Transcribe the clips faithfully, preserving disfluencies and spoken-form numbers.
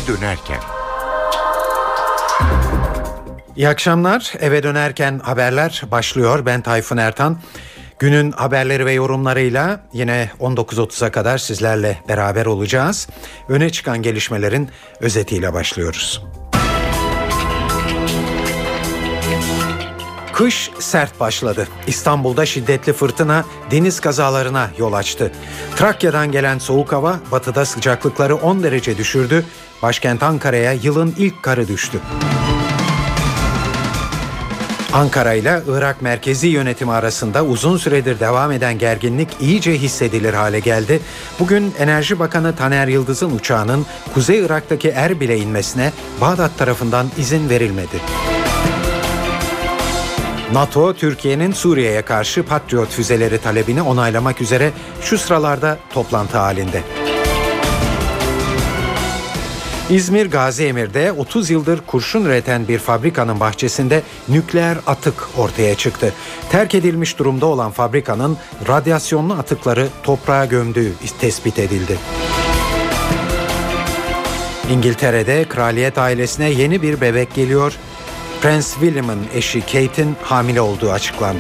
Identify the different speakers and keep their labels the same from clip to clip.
Speaker 1: eve dönerken.
Speaker 2: İyi akşamlar. Eve dönerken haberler başlıyor. Ben Tayfun Ertan. Günün haberleri ve yorumlarıyla yine on dokuz otuza kadar sizlerle beraber olacağız. Öne çıkan gelişmelerin özetiyle başlıyoruz. Kış sert başladı. İstanbul'da şiddetli fırtına deniz kazalarına yol açtı. Trakya'dan gelen soğuk hava batıda sıcaklıkları on derece düşürdü. Başkent Ankara'ya yılın ilk karı düştü. Ankara ile Irak merkezi yönetimi arasında uzun süredir devam eden gerginlik iyice hissedilir hale geldi. Bugün Enerji Bakanı Taner Yıldız'ın uçağının Kuzey Irak'taki Erbil'e inmesine Bağdat tarafından izin verilmedi. NATO, Türkiye'nin Suriye'ye karşı Patriot füzeleri talebini onaylamak üzere şu sıralarda toplantı halinde. İzmir Gaziemir'de otuz yıldır kurşun üreten bir fabrikanın bahçesinde nükleer atık ortaya çıktı. Terk edilmiş durumda olan fabrikanın radyasyonlu atıkları toprağa gömdüğü tespit edildi. İngiltere'de kraliyet ailesine yeni bir bebek geliyor. Prens William'ın eşi Kate'in hamile olduğu açıklandı.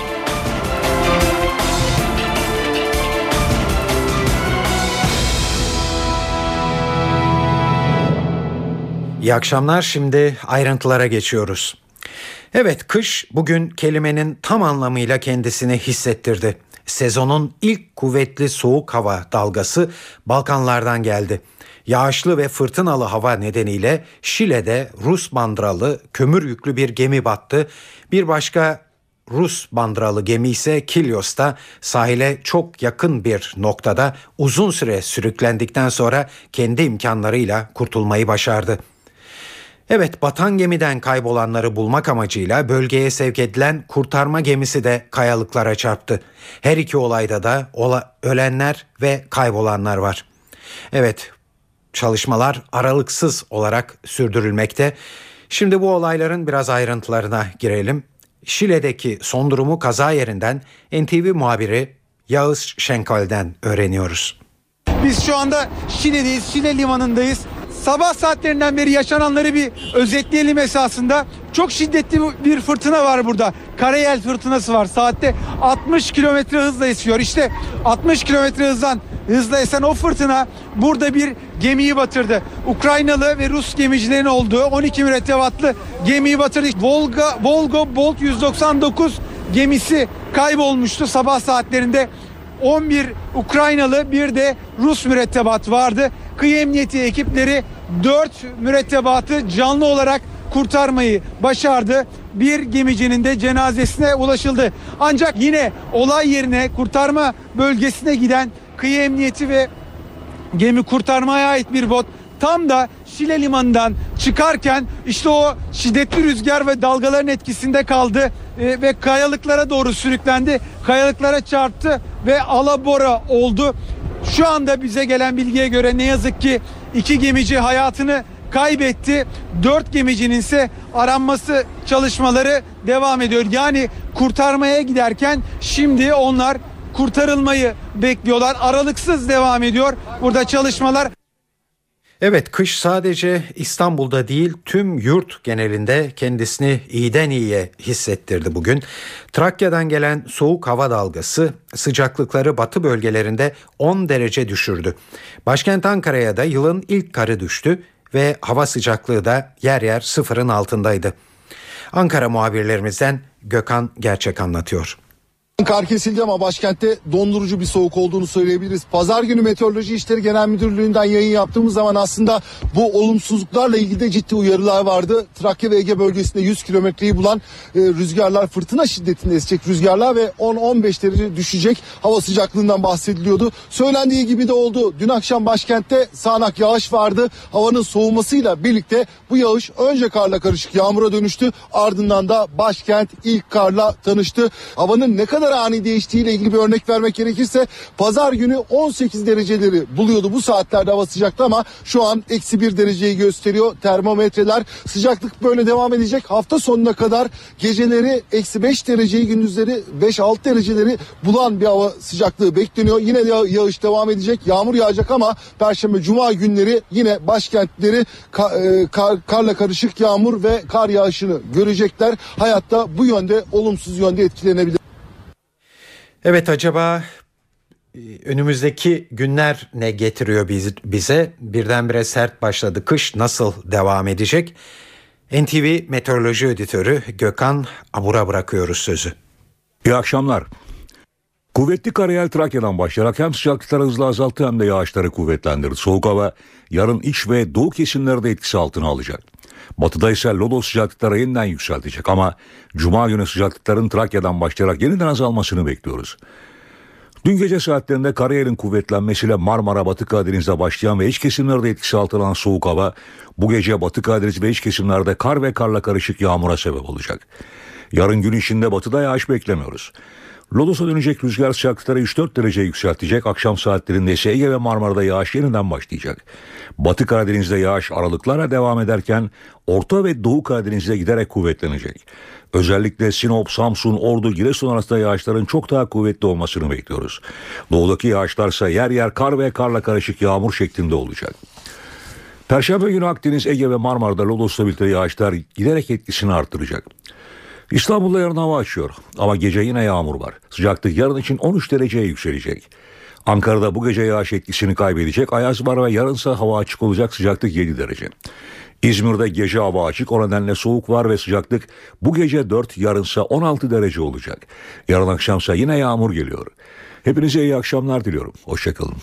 Speaker 2: İyi akşamlar. Şimdi ayrıntılara geçiyoruz. Evet, kış bugün kelimenin tam anlamıyla kendisini hissettirdi. Sezonun ilk kuvvetli soğuk hava dalgası Balkanlardan geldi. Yağışlı ve fırtınalı hava nedeniyle Şile'de Rus bandıralı kömür yüklü bir gemi battı. Bir başka Rus bandıralı gemi ise Kilyos'ta sahile çok yakın bir noktada uzun süre sürüklendikten sonra kendi imkanlarıyla kurtulmayı başardı. Evet, batan gemiden kaybolanları bulmak amacıyla bölgeye sevk edilen kurtarma gemisi de kayalıklara çarptı. Her iki olayda da ola, ölenler ve kaybolanlar var. Evet, çalışmalar aralıksız olarak sürdürülmekte. Şimdi bu olayların biraz ayrıntılarına girelim. Şile'deki son durumu kaza yerinden N T V muhabiri Yağız Şenkal'den öğreniyoruz.
Speaker 3: Biz şu anda Şile'deyiz, Şile limanındayız. Sabah saatlerinden beri yaşananları bir özetleyelim esasında. Çok şiddetli bir fırtına var burada. Karayel fırtınası var. Saatte altmış kilometre hızla esiyor. İşte altmış kilometre hızdan hızla esen o fırtına burada bir gemiyi batırdı. Ukraynalı ve Rus gemicilerin olduğu on iki mürettebatlı gemiyi batırdı. Volga, Volga Bolt yüz doksan dokuz gemisi kaybolmuştu sabah saatlerinde. on bir Ukraynalı, bir de Rus mürettebat vardı. Kıyı Emniyeti ekipleri dört mürettebatı canlı olarak kurtarmayı başardı. Bir gemicinin de cenazesine ulaşıldı. Ancak yine olay yerine, kurtarma bölgesine giden Kıyı Emniyeti ve gemi kurtarmaya ait bir bot tam da Şile limanından çıkarken işte o şiddetli rüzgar ve dalgaların etkisinde kaldı e, ve kayalıklara doğru sürüklendi. Kayalıklara çarptı ve alabora oldu. Şu anda bize gelen bilgiye göre ne yazık ki iki gemici hayatını kaybetti. Dört gemicinin ise aranması çalışmaları devam ediyor. Yani kurtarmaya giderken şimdi onlar kurtarılmayı bekliyorlar. Aralıksız devam ediyor burada çalışmalar.
Speaker 2: Evet, kış sadece İstanbul'da değil tüm yurt genelinde kendisini iyiden iyiye hissettirdi bugün. Trakya'dan gelen soğuk hava dalgası sıcaklıkları batı bölgelerinde on derece düşürdü. Başkent Ankara'ya da yılın ilk karı düştü ve hava sıcaklığı da yer yer sıfırın altındaydı. Ankara muhabirlerimizden Gökhan Gerçek anlatıyor.
Speaker 4: Kar kesildi ama başkentte dondurucu bir soğuk olduğunu söyleyebiliriz. Pazar günü Meteoroloji İşleri Genel Müdürlüğü'nden yayın yaptığımız zaman aslında bu olumsuzluklarla ilgili de ciddi uyarılar vardı. Trakya ve Ege bölgesinde yüz kilometreyi bulan e, rüzgarlar, fırtına şiddetinde esecek rüzgarlar ve on on beş derece düşecek hava sıcaklığından bahsediliyordu. Söylendiği gibi de oldu. Dün akşam başkentte sağanak yağış vardı. Havanın soğumasıyla birlikte bu yağış önce karla karışık yağmura dönüştü. Ardından da başkent ilk karla tanıştı. Havanın ne kadar kadar ani değiştiğiyle ilgili bir örnek vermek gerekirse pazar günü on sekiz dereceleri buluyordu bu saatlerde hava sıcaklığı ama şu an eksi bir dereceyi gösteriyor termometreler. Sıcaklık böyle devam edecek. Hafta sonuna kadar geceleri eksi beş dereceyi, gündüzleri beş altı dereceleri bulan bir hava sıcaklığı bekleniyor. Yine yağ, yağış devam edecek. Yağmur yağacak ama Perşembe, Cuma günleri yine başkentleri kar, kar, karla karışık yağmur ve kar yağışını görecekler. Hayatta bu yönde, olumsuz yönde etkilenebilir.
Speaker 2: Evet, acaba önümüzdeki günler ne getiriyor biz, bize? Birdenbire sert başladı kış, nasıl devam edecek? N T V Meteoroloji Editörü Gökhan Abur'a bırakıyoruz sözü.
Speaker 1: İyi akşamlar. Kuvvetli karayel Trakya'dan başlayarak hem sıcaklıkları hızla azalttı hem de yağışları kuvvetlendirdi. Soğuk hava yarın iç ve doğu kesimlerde etkisi altına alacak. Batıda ise lodos sıcaklıkları yeniden yükseltecek ama Cuma günü sıcaklıkların Trakya'dan başlayarak yeniden azalmasını bekliyoruz. Dün gece saatlerinde karayelin kuvvetlenmesiyle Marmara, Batı Karadeniz'de başlayan ve iç kesimlerde etkisi altına alan soğuk hava bu gece Batı Karadeniz ve iç kesimlerde kar ve karla karışık yağmura sebep olacak. Yarın gün içinde batıda yağış beklemiyoruz. Lodos'a dönecek rüzgar sıcaklıkları üç dört derece yükseltecek. Akşam saatlerinde ise Ege ve Marmara'da yağış yeniden başlayacak. Batı Karadeniz'de yağış aralıklarla devam ederken Orta ve Doğu Karadeniz'de giderek kuvvetlenecek. Özellikle Sinop, Samsun, Ordu, Giresun arasında yağışların çok daha kuvvetli olmasını bekliyoruz. Doğudaki yağışlarsa yer yer kar ve karla karışık yağmur şeklinde olacak. Perşembe günü Akdeniz, Ege ve Marmara'da Lodos'la birlikte yağışlar giderek etkisini artıracak. İstanbul'da yarın hava açıyor ama gece yine yağmur var. Sıcaklık yarın için on üç dereceye yükselecek. Ankara'da bu gece yağış etkisini kaybedecek. Ayaz var ve yarınsa hava açık olacak, sıcaklık yedi derece. İzmir'de gece hava açık, o nedenle soğuk var ve sıcaklık bu gece dört, yarınsa on altı derece olacak. Yarın akşamsa yine yağmur geliyor. Hepinize iyi akşamlar diliyorum. Hoşçakalın.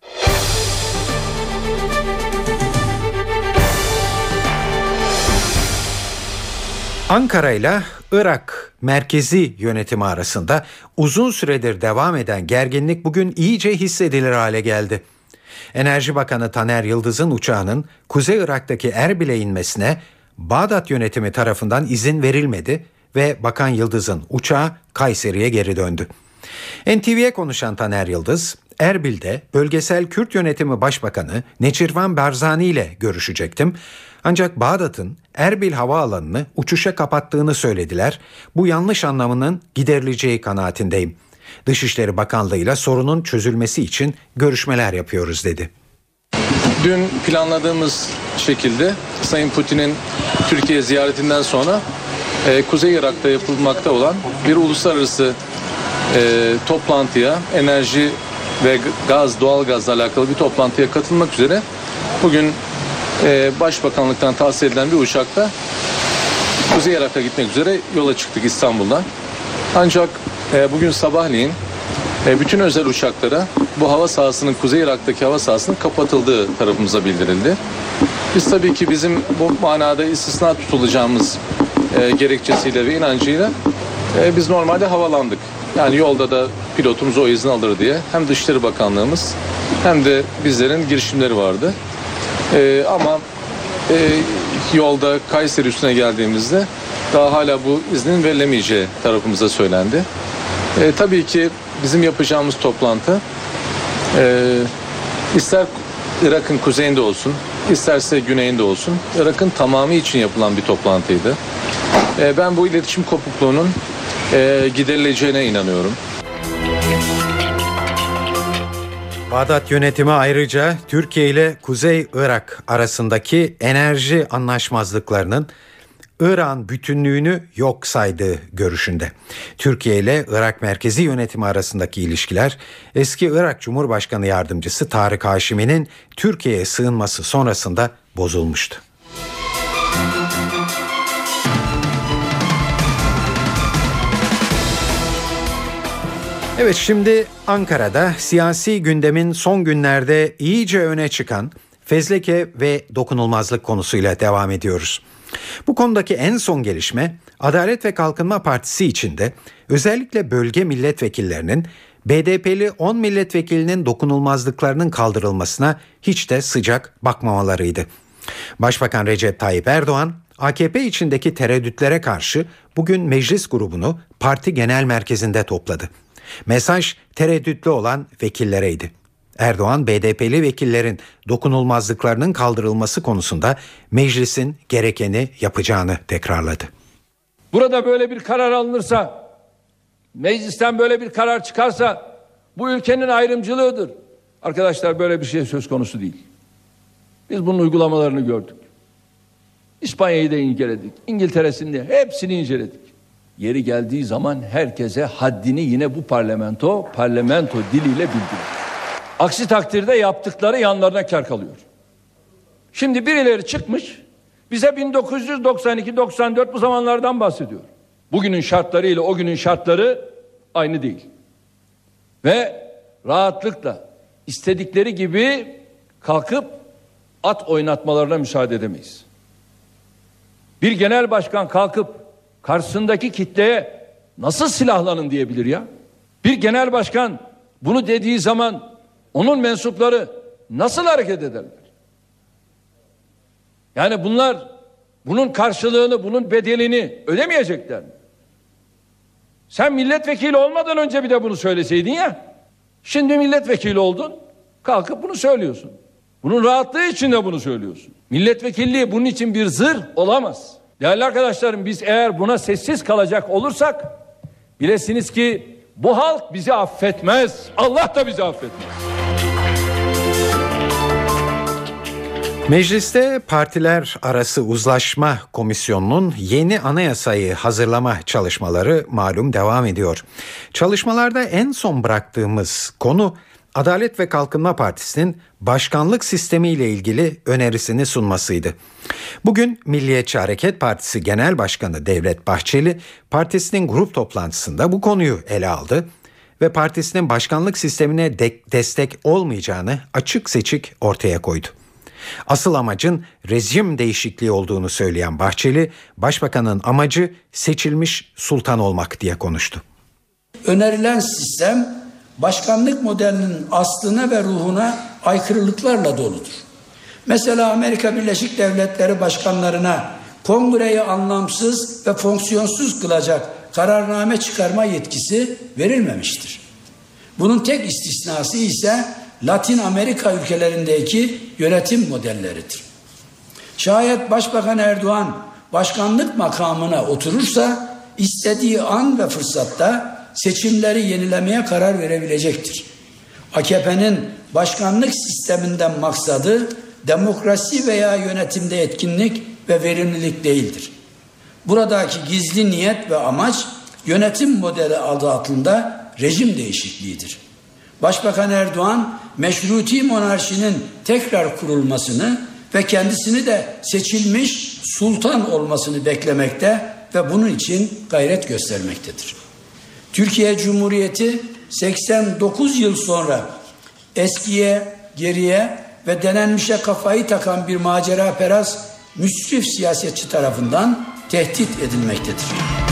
Speaker 2: Ankara ile Irak merkezi yönetimi arasında uzun süredir devam eden gerginlik bugün iyice hissedilir hale geldi. Enerji Bakanı Taner Yıldız'ın uçağının Kuzey Irak'taki Erbil'e inmesine Bağdat yönetimi tarafından izin verilmedi ve Bakan Yıldız'ın uçağı Kayseri'ye geri döndü. N T V'ye konuşan Taner Yıldız, Erbil'de Bölgesel Kürt Yönetimi Başbakanı Neçirvan Barzani ile görüşecektim. Ancak Bağdat'ın Erbil havaalanını uçuşa kapattığını söylediler. Bu yanlış anlamının giderileceği kanaatindeyim. Dışişleri Bakanlığı ile sorunun çözülmesi için görüşmeler yapıyoruz dedi.
Speaker 5: Dün planladığımız şekilde Sayın Putin'in Türkiye ziyaretinden sonra e, Kuzey Irak'ta yapılmakta olan bir uluslararası e, toplantıya, enerji ve gaz, doğalgazla alakalı bir toplantıya katılmak üzere bugün e, Başbakanlıktan tahsis edilen bir uçakta Kuzey Irak'a gitmek üzere yola çıktık İstanbul'dan. Ancak e, bugün sabahleyin e, bütün özel uçaklara bu hava sahasının, Kuzey Irak'taki hava sahasının kapatıldığı tarafımıza bildirildi. Biz tabii ki bizim bu manada istisna tutulacağımız e, gerekçesiyle ve inancıyla e, biz normalde havalandık. Yani yolda da pilotumuz o izni alır diye hem Dışişleri Bakanlığımız hem de bizlerin girişimleri vardı. E, ama e, yolda Kayseri üstüne geldiğimizde daha hala bu iznin verilemeyeceği tarafımıza söylendi. E, tabii ki bizim yapacağımız toplantı e, ister Irak'ın kuzeyinde olsun, isterse güneyinde olsun, Irak'ın tamamı için yapılan bir toplantıydı. E, ben bu iletişim kopukluğunun e, giderileceğine inanıyorum.
Speaker 2: Bağdat yönetimi ayrıca Türkiye ile Kuzey Irak arasındaki enerji anlaşmazlıklarının İran bütünlüğünü yok saydığı görüşünde. Türkiye ile Irak merkezi yönetimi arasındaki ilişkiler eski Irak Cumhurbaşkanı Yardımcısı Tarık Haşimi'nin Türkiye'ye sığınması sonrasında bozulmuştu. Evet, şimdi Ankara'da siyasi gündemin son günlerde iyice öne çıkan fezleke ve dokunulmazlık konusuyla devam ediyoruz. Bu konudaki en son gelişme Adalet ve Kalkınma Partisi içinde özellikle bölge milletvekillerinin B D P'li on milletvekilinin dokunulmazlıklarının kaldırılmasına hiç de sıcak bakmamalarıydı. Başbakan Recep Tayyip Erdoğan A K P içindeki tereddütlere karşı bugün meclis grubunu parti genel merkezinde topladı. Mesaj tereddütlü olan vekillereydi. Erdoğan, B D P'li vekillerin dokunulmazlıklarının kaldırılması konusunda meclisin gerekeni yapacağını tekrarladı.
Speaker 6: Burada böyle bir karar alınırsa, meclisten böyle bir karar çıkarsa bu ülkenin ayrımcılığıdır. Arkadaşlar, böyle bir şey söz konusu değil. Biz bunun uygulamalarını gördük. İspanya'yı da inceledik. İngiltere'sini de, hepsini inceledik. Yeri geldiği zaman herkese haddini yine bu parlamento, parlamento diliyle bildirir. Aksi takdirde yaptıkları yanlarına kar kalıyor. Şimdi birileri çıkmış, bize bin dokuz yüz doksan iki doksan dört bu zamanlardan bahsediyor. Bugünün şartları ile o günün şartları aynı değil. Ve rahatlıkla istedikleri gibi kalkıp at oynatmalarına müsaade edemeyiz. Bir genel başkan kalkıp karşısındaki kitleye nasıl silahlanın diyebilir ya? Bir genel başkan bunu dediği zaman onun mensupları nasıl hareket ederler? Yani bunlar bunun karşılığını, bunun bedelini ödemeyecekler mi? Sen milletvekili olmadan önce bir de bunu söyleseydin ya. Şimdi milletvekili oldun, kalkıp bunu söylüyorsun. Bunun rahatlığı için de bunu söylüyorsun. Milletvekilliği bunun için bir zırh olamaz. Değerli arkadaşlarım, biz eğer buna sessiz kalacak olursak bilesiniz ki bu halk bizi affetmez. Allah da bizi affetmez.
Speaker 2: Mecliste Partiler Arası Uzlaşma Komisyonu'nun yeni anayasayı hazırlama çalışmaları malum devam ediyor. Çalışmalarda en son bıraktığımız konu Adalet ve Kalkınma Partisi'nin başkanlık sistemi ile ilgili önerisini sunmasıydı. Bugün Milliyetçi Hareket Partisi Genel Başkanı Devlet Bahçeli partisinin grup toplantısında bu konuyu ele aldı ve partisinin başkanlık sistemine de- destek olmayacağını açık seçik ortaya koydu. Asıl amacın rejim değişikliği olduğunu söyleyen Bahçeli, başbakanın amacı seçilmiş sultan olmak diye konuştu.
Speaker 7: Önerilen sistem başkanlık modelinin aslına ve ruhuna aykırılıklarla doludur. Mesela Amerika Birleşik Devletleri başkanlarına kongreyi anlamsız ve fonksiyonsuz kılacak kararname çıkarma yetkisi verilmemiştir. Bunun tek istisnası ise Latin Amerika ülkelerindeki yönetim modelleridir. Şayet Başbakan Erdoğan başkanlık makamına oturursa istediği an ve fırsatta seçimleri yenilemeye karar verebilecektir. A K P'nin başkanlık sisteminden maksadı demokrasi veya yönetimde etkinlik ve verimlilik değildir. Buradaki gizli niyet ve amaç yönetim modeli adı altında rejim değişikliğidir. Başbakan Erdoğan meşruti monarşinin tekrar kurulmasını ve kendisini de seçilmiş sultan olmasını beklemekte ve bunun için gayret göstermektedir. Türkiye Cumhuriyeti seksen dokuz yıl sonra eskiye, geriye ve denenmişe kafayı takan bir maceraperest müsrif siyasetçi tarafından tehdit edilmektedir.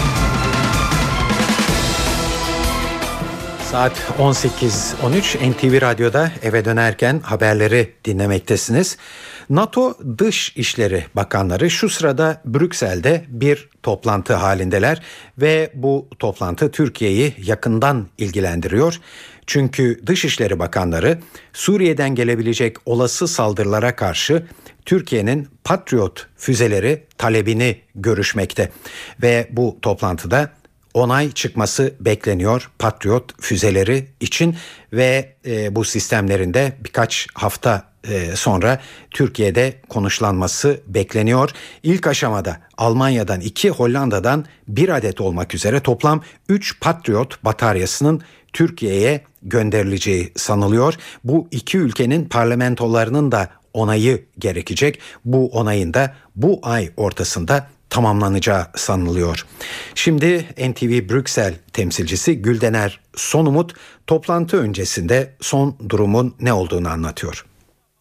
Speaker 2: Saat on sekiz on üç N T V Radyo'da eve dönerken haberleri dinlemektesiniz. NATO Dışişleri Bakanları şu sırada Brüksel'de bir toplantı halindeler ve bu toplantı Türkiye'yi yakından ilgilendiriyor. Çünkü Dışişleri Bakanları Suriye'den gelebilecek olası saldırılara karşı Türkiye'nin Patriot füzeleri talebini görüşmekte ve bu toplantıda onay çıkması bekleniyor Patriot füzeleri için ve e, bu sistemlerinde birkaç hafta e, sonra Türkiye'de konuşlanması bekleniyor. İlk aşamada Almanya'dan iki, Hollanda'dan bir adet olmak üzere toplam üç Patriot bataryasının Türkiye'ye gönderileceği sanılıyor. Bu iki ülkenin parlamentolarının da onayı gerekecek. Bu onayın da bu ay ortasında tamamlanacağı sanılıyor. Şimdi N T V Brüksel temsilcisi Güldener Sonumut toplantı öncesinde son durumun ne olduğunu anlatıyor.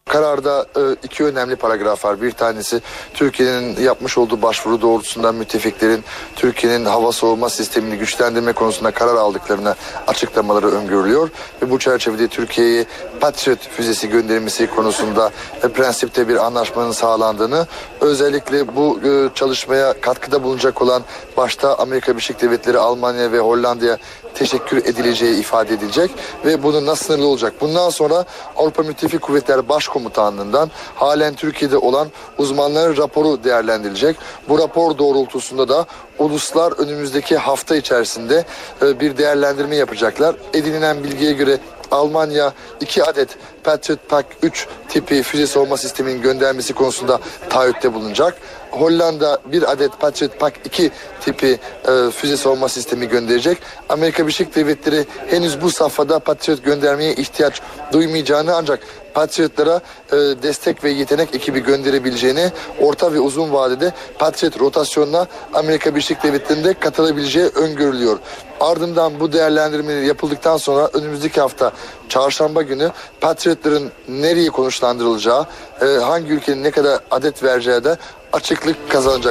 Speaker 8: Kararda iki önemli paragraf var. Bir tanesi Türkiye'nin yapmış olduğu başvuru doğrultusunda müttefiklerin Türkiye'nin hava savunma sistemini güçlendirme konusunda karar aldıklarını açıklamaları öngörülüyor. Ve bu çerçevede Türkiye'ye Patriot füzesi gönderilmesi konusunda prensipte bir anlaşmanın sağlandığını, özellikle bu çalışmaya katkıda bulunacak olan başta Amerika Birleşik Devletleri, Almanya ve Hollanda'ya teşekkür edileceği ifade edilecek ve bunun nasıl sınırlı olacak? Bundan sonra Avrupa Müttefik Kuvvetler Başkomutanlığı'ndan halen Türkiye'de olan uzmanların raporu değerlendirilecek. Bu rapor doğrultusunda da uluslar önümüzdeki hafta içerisinde bir değerlendirme yapacaklar. Edinilen bilgiye göre Almanya iki adet Patriot Pak üç tipi füze savunma sisteminin göndermesi konusunda taahhütte bulunacak. Hollanda bir adet Patriot Pak iki tipi e, füze savunma sistemi gönderecek. Amerika Birleşik Devletleri henüz bu safhada Patriot göndermeye ihtiyaç duymayacağını, ancak Patriotlara e, destek ve yetenek ekibi gönderebileceğini, orta ve uzun vadede Patriot rotasyonuna Amerika Birleşik Devletleri'nde katılabileceği öngörülüyor. Ardından bu değerlendirmeleri yapıldıktan sonra önümüzdeki hafta çarşamba günü Patriotların nereye konuşlandırılacağı, e, hangi ülkenin ne kadar adet vereceği de açıklık kazanacak.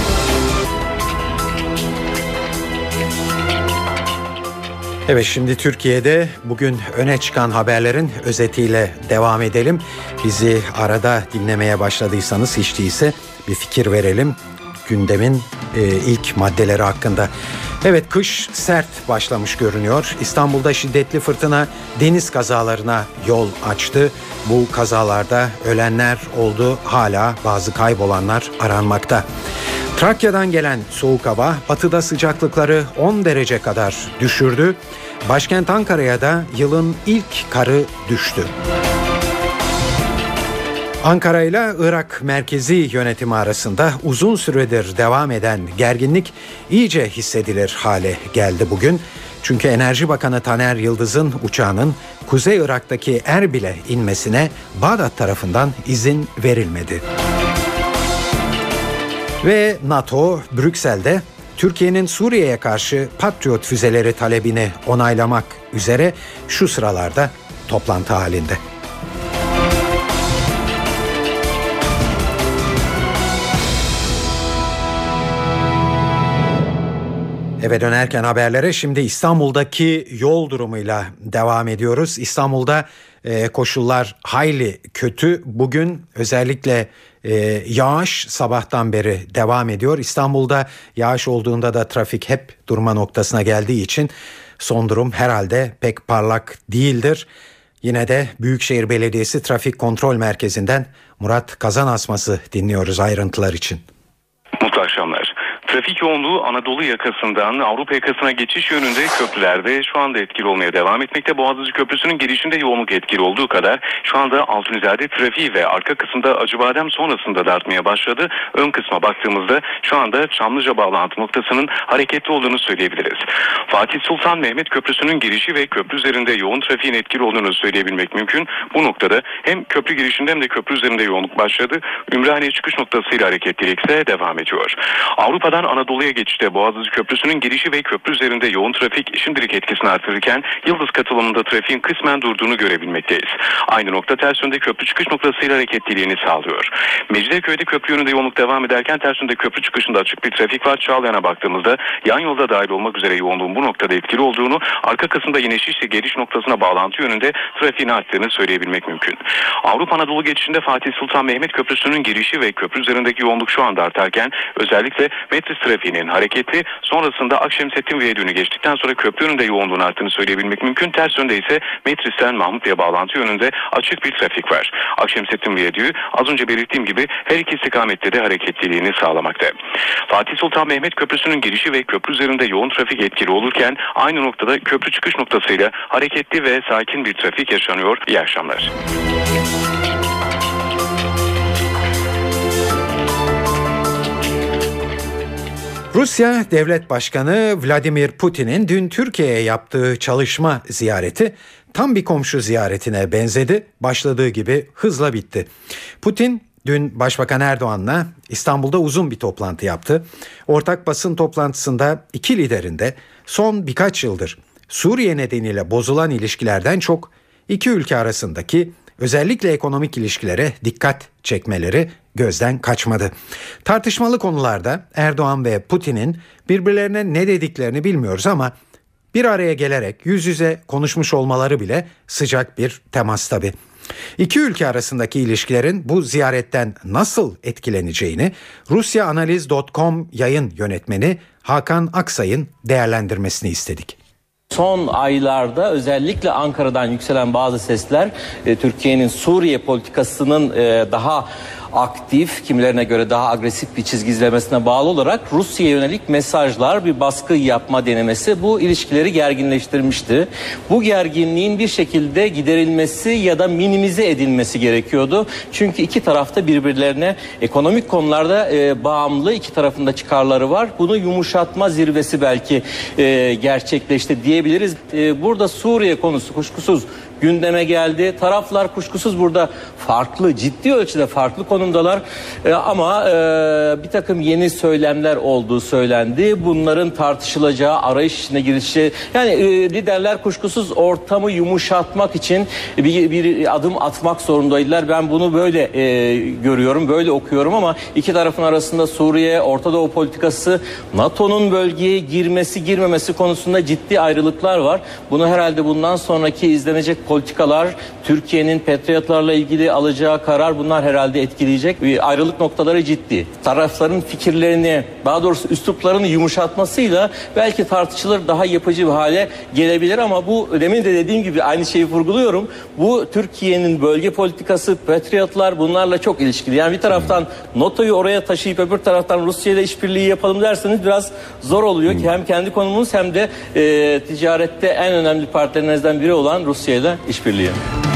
Speaker 2: Evet, şimdi Türkiye'de bugün öne çıkan haberlerin özetiyle devam edelim. Bizi arada dinlemeye başladıysanız hiç değilse bir fikir verelim gündemin e, ilk maddeleri hakkında. Evet, kış sert başlamış görünüyor. İstanbul'da şiddetli fırtına deniz kazalarına yol açtı. Bu kazalarda ölenler oldu, hala bazı kaybolanlar aranmakta. Trakya'dan gelen soğuk hava batıda sıcaklıkları on derece kadar düşürdü. Başkent Ankara'ya da yılın ilk karı düştü. Ankara ile Irak merkezi yönetimi arasında uzun süredir devam eden gerginlik iyice hissedilir hale geldi bugün. Çünkü Enerji Bakanı Taner Yıldız'ın uçağının Kuzey Irak'taki Erbil'e inmesine Bağdat tarafından izin verilmedi. Ve NATO, Brüksel'de Türkiye'nin Suriye'ye karşı Patriot füzeleri talebini onaylamak üzere şu sıralarda toplantı halinde. Eve dönerken haberlere şimdi İstanbul'daki yol durumuyla devam ediyoruz. İstanbul'da e, koşullar hayli kötü. Bugün özellikle e, yağış sabahtan beri devam ediyor. İstanbul'da yağış olduğunda da trafik hep durma noktasına geldiği için son durum herhalde pek parlak değildir. Yine de Büyükşehir Belediyesi Trafik Kontrol Merkezi'nden Murat Kazanasması dinliyoruz ayrıntılar için.
Speaker 9: Mutlu akşamlar. Trafik yoğunluğu Anadolu yakasından Avrupa yakasına geçiş yönünde köprülerde şu anda etkili olmaya devam etmekte. Boğaziçi Köprüsü'nün girişinde yoğunluk etkili olduğu kadar şu anda Altunizade trafiği ve arka kısımda Acıbadem sonrasında da artmaya başladı. Ön kısma baktığımızda şu anda Çamlıca bağlantı noktasının hareketli olduğunu söyleyebiliriz. Fatih Sultan Mehmet Köprüsü'nün girişi ve köprü üzerinde yoğun trafiğin etkili olduğunu söyleyebilmek mümkün. Bu noktada hem köprü girişinde hem de köprü üzerinde yoğunluk başladı. Ümraniye çıkış noktasıyla hareketlilik ise devam ediyor. Avrupa'dan Anadolu'ya geçişte Boğaziçi Köprüsü'nün girişi ve köprü üzerinde yoğun trafik şimdilik etkisini artırırken Yıldız katılımında trafiğin kısmen durduğunu görebilmekteyiz. Aynı nokta ters yönde köprü çıkış noktasıyla hareketliliğini sağlıyor. Mecidiyeköy'de köprü yönünde yoğunluk devam ederken ters yönde köprü çıkışında açık bir trafik var. Çağlayan'a baktığımızda yan yolda dahil olmak üzere yoğunluğun bu noktada etkili olduğunu, arka kısımda yine Şişli geliş noktasına bağlantı yönünde trafiğin arttığını söyleyebilmek mümkün. Avrupa Anadolu geçişinde Fatih Sultan Mehmet Köprüsü'nün girişi ve köprü üzerindeki yoğunluk şu anda artarken özellikle Metris trafiğinin hareketli, sonrasında Akşemsettin Viyadüğü'nü geçtikten sonra köprü önünde yoğunluğun arttığını söyleyebilmek mümkün. Ters yönde ise Metris'ten Mahmutlu'ya bağlantı yönünde açık bir trafik var. Akşemsettin Viyadüğü az önce belirttiğim gibi her iki istikamette de hareketliliğini sağlamakta. Fatih Sultan Mehmet Köprüsü'nün girişi ve köprü üzerinde yoğun trafik etkili olurken aynı noktada köprü çıkış noktasıyla hareketli ve sakin bir trafik yaşanıyor. İyi akşamlar.
Speaker 2: Rusya Devlet Başkanı Vladimir Putin'in dün Türkiye'ye yaptığı çalışma ziyareti tam bir komşu ziyaretine benzedi. Başladığı gibi hızla bitti. Putin dün Başbakan Erdoğan'la İstanbul'da uzun bir toplantı yaptı. Ortak basın toplantısında iki liderin de son birkaç yıldır Suriye nedeniyle bozulan ilişkilerden çok iki ülke arasındaki özellikle ekonomik ilişkilere dikkat çekmeleri gözden kaçmadı. Tartışmalı konularda Erdoğan ve Putin'in birbirlerine ne dediklerini bilmiyoruz ama bir araya gelerek yüz yüze konuşmuş olmaları bile sıcak bir temas tabii. İki ülke arasındaki ilişkilerin bu ziyaretten nasıl etkileneceğini Rusyaanaliz nokta com yayın yönetmeni Hakan Aksay'ın değerlendirmesini istedik.
Speaker 10: Son aylarda özellikle Ankara'dan yükselen bazı sesler e, Türkiye'nin Suriye politikasının e, daha aktif, kimilerine göre daha agresif bir çizgi izlemesine bağlı olarak Rusya'ya yönelik mesajlar, bir baskı yapma denemesi bu ilişkileri gerginleştirmişti. Bu gerginliğin bir şekilde giderilmesi ya da minimize edilmesi gerekiyordu. Çünkü iki tarafta birbirlerine ekonomik konularda e, bağımlı, iki tarafında çıkarları var. Bunu yumuşatma zirvesi belki e, gerçekleşti diyebiliriz. E, burada Suriye konusu kuşkusuz gündeme geldi. Taraflar kuşkusuz burada farklı, ciddi ölçüde farklı konumdalar. Ee, ama e, bir takım yeni söylemler olduğu söylendi. Bunların tartışılacağı, arayış içine girişi, yani e, liderler kuşkusuz ortamı yumuşatmak için bir, bir adım atmak zorundaydılar. Ben bunu böyle e, görüyorum, böyle okuyorum ama iki tarafın arasında Suriye, Orta Doğu politikası, NATO'nun bölgeye girmesi, girmemesi konusunda ciddi ayrılıklar var. Bunu herhalde bundan sonraki izlenecek politikalar, Türkiye'nin Patriotlarla ilgili alacağı karar, bunlar herhalde etkileyecek. Ayrılık noktaları ciddi. Tarafların fikirlerini, daha doğrusu üsluplarını yumuşatmasıyla belki tartışılır, daha yapıcı bir hale gelebilir ama bu, demin de dediğim gibi aynı şeyi vurguluyorum. Bu Türkiye'nin bölge politikası, Patriotlar, bunlarla çok ilişkili. Yani bir taraftan NATO'yu oraya taşıyıp öbür taraftan Rusya ile işbirliği yapalım derseniz biraz zor oluyor ki hem kendi konumumuz hem de e, ticarette en önemli partnerinizden biri olan Rusya ile işbirliği.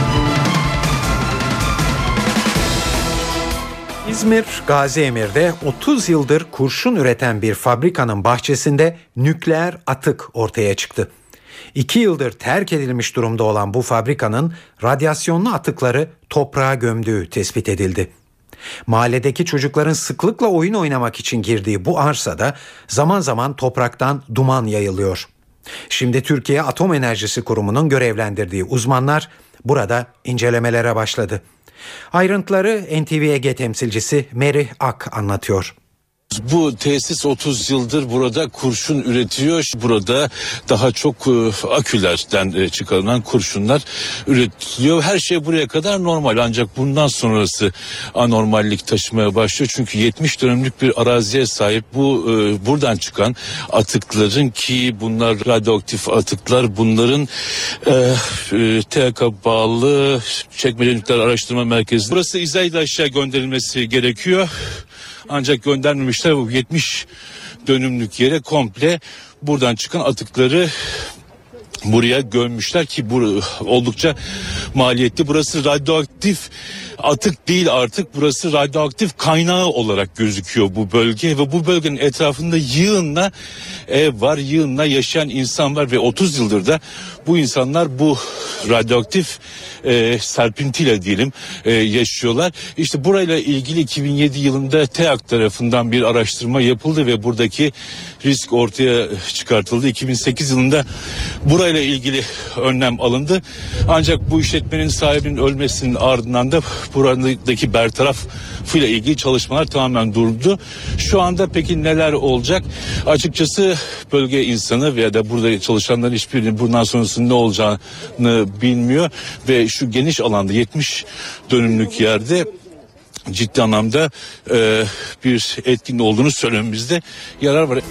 Speaker 2: İzmir Gaziemir'de otuz yıldır kurşun üreten bir fabrikanın bahçesinde nükleer atık ortaya çıktı. İki yıldır terk edilmiş durumda olan bu fabrikanın radyasyonlu atıkları toprağa gömdüğü tespit edildi. Mahalledeki çocukların sıklıkla oyun oynamak için girdiği bu arsada zaman zaman topraktan duman yayılıyor. Şimdi Türkiye Atom Enerjisi Kurumu'nun görevlendirdiği uzmanlar burada incelemelere başladı. Ayrıntıları N T V Ege temsilcisi Merih Ak anlatıyor.
Speaker 11: Bu tesis otuz yıldır burada kurşun üretiyor. Burada daha çok akülerden çıkarılan kurşunlar üretiliyor. Her şey buraya kadar normal, ancak bundan sonrası anormallik taşımaya başlıyor. Çünkü yetmiş dönümlük bir araziye sahip bu buradan çıkan atıkların, ki bunlar radyoaktif atıklar, bunların e, T H K bağlı Çekmece Nükleer Araştırma Merkezi. Burası İzay'da aşağı gönderilmesi gerekiyor. Ancak göndermemişler. Bu yetmiş dönümlük yere komple buradan çıkan atıkları buraya gömmüşler ki bu oldukça maliyetli. Burası radyoaktif atık değil artık, burası radyoaktif kaynağı olarak gözüküyor bu bölge ve bu bölgenin etrafında yığınla ev var, yığınla yaşayan insan var ve otuz yıldır da bu insanlar bu radyoaktif e, serpintiyle diyelim e, yaşıyorlar. İşte burayla ilgili iki bin yedi yılında TEAK tarafından bir araştırma yapıldı ve buradaki risk ortaya çıkartıldı. iki bin sekiz yılında burayla ilgili önlem alındı. Ancak bu işletmenin sahibinin ölmesinin ardından da buradaki bertarafıyla ilgili çalışmalar tamamen durdu. Şu anda peki neler olacak? Açıkçası bölge insanı veya da burada çalışanların hiçbirinin bundan sonrasında ne olacağını bilmiyor ve şu geniş alanda yetmiş dönümlük yerde ciddi anlamda e, bir etkin olduğunu söylememizde yarar var.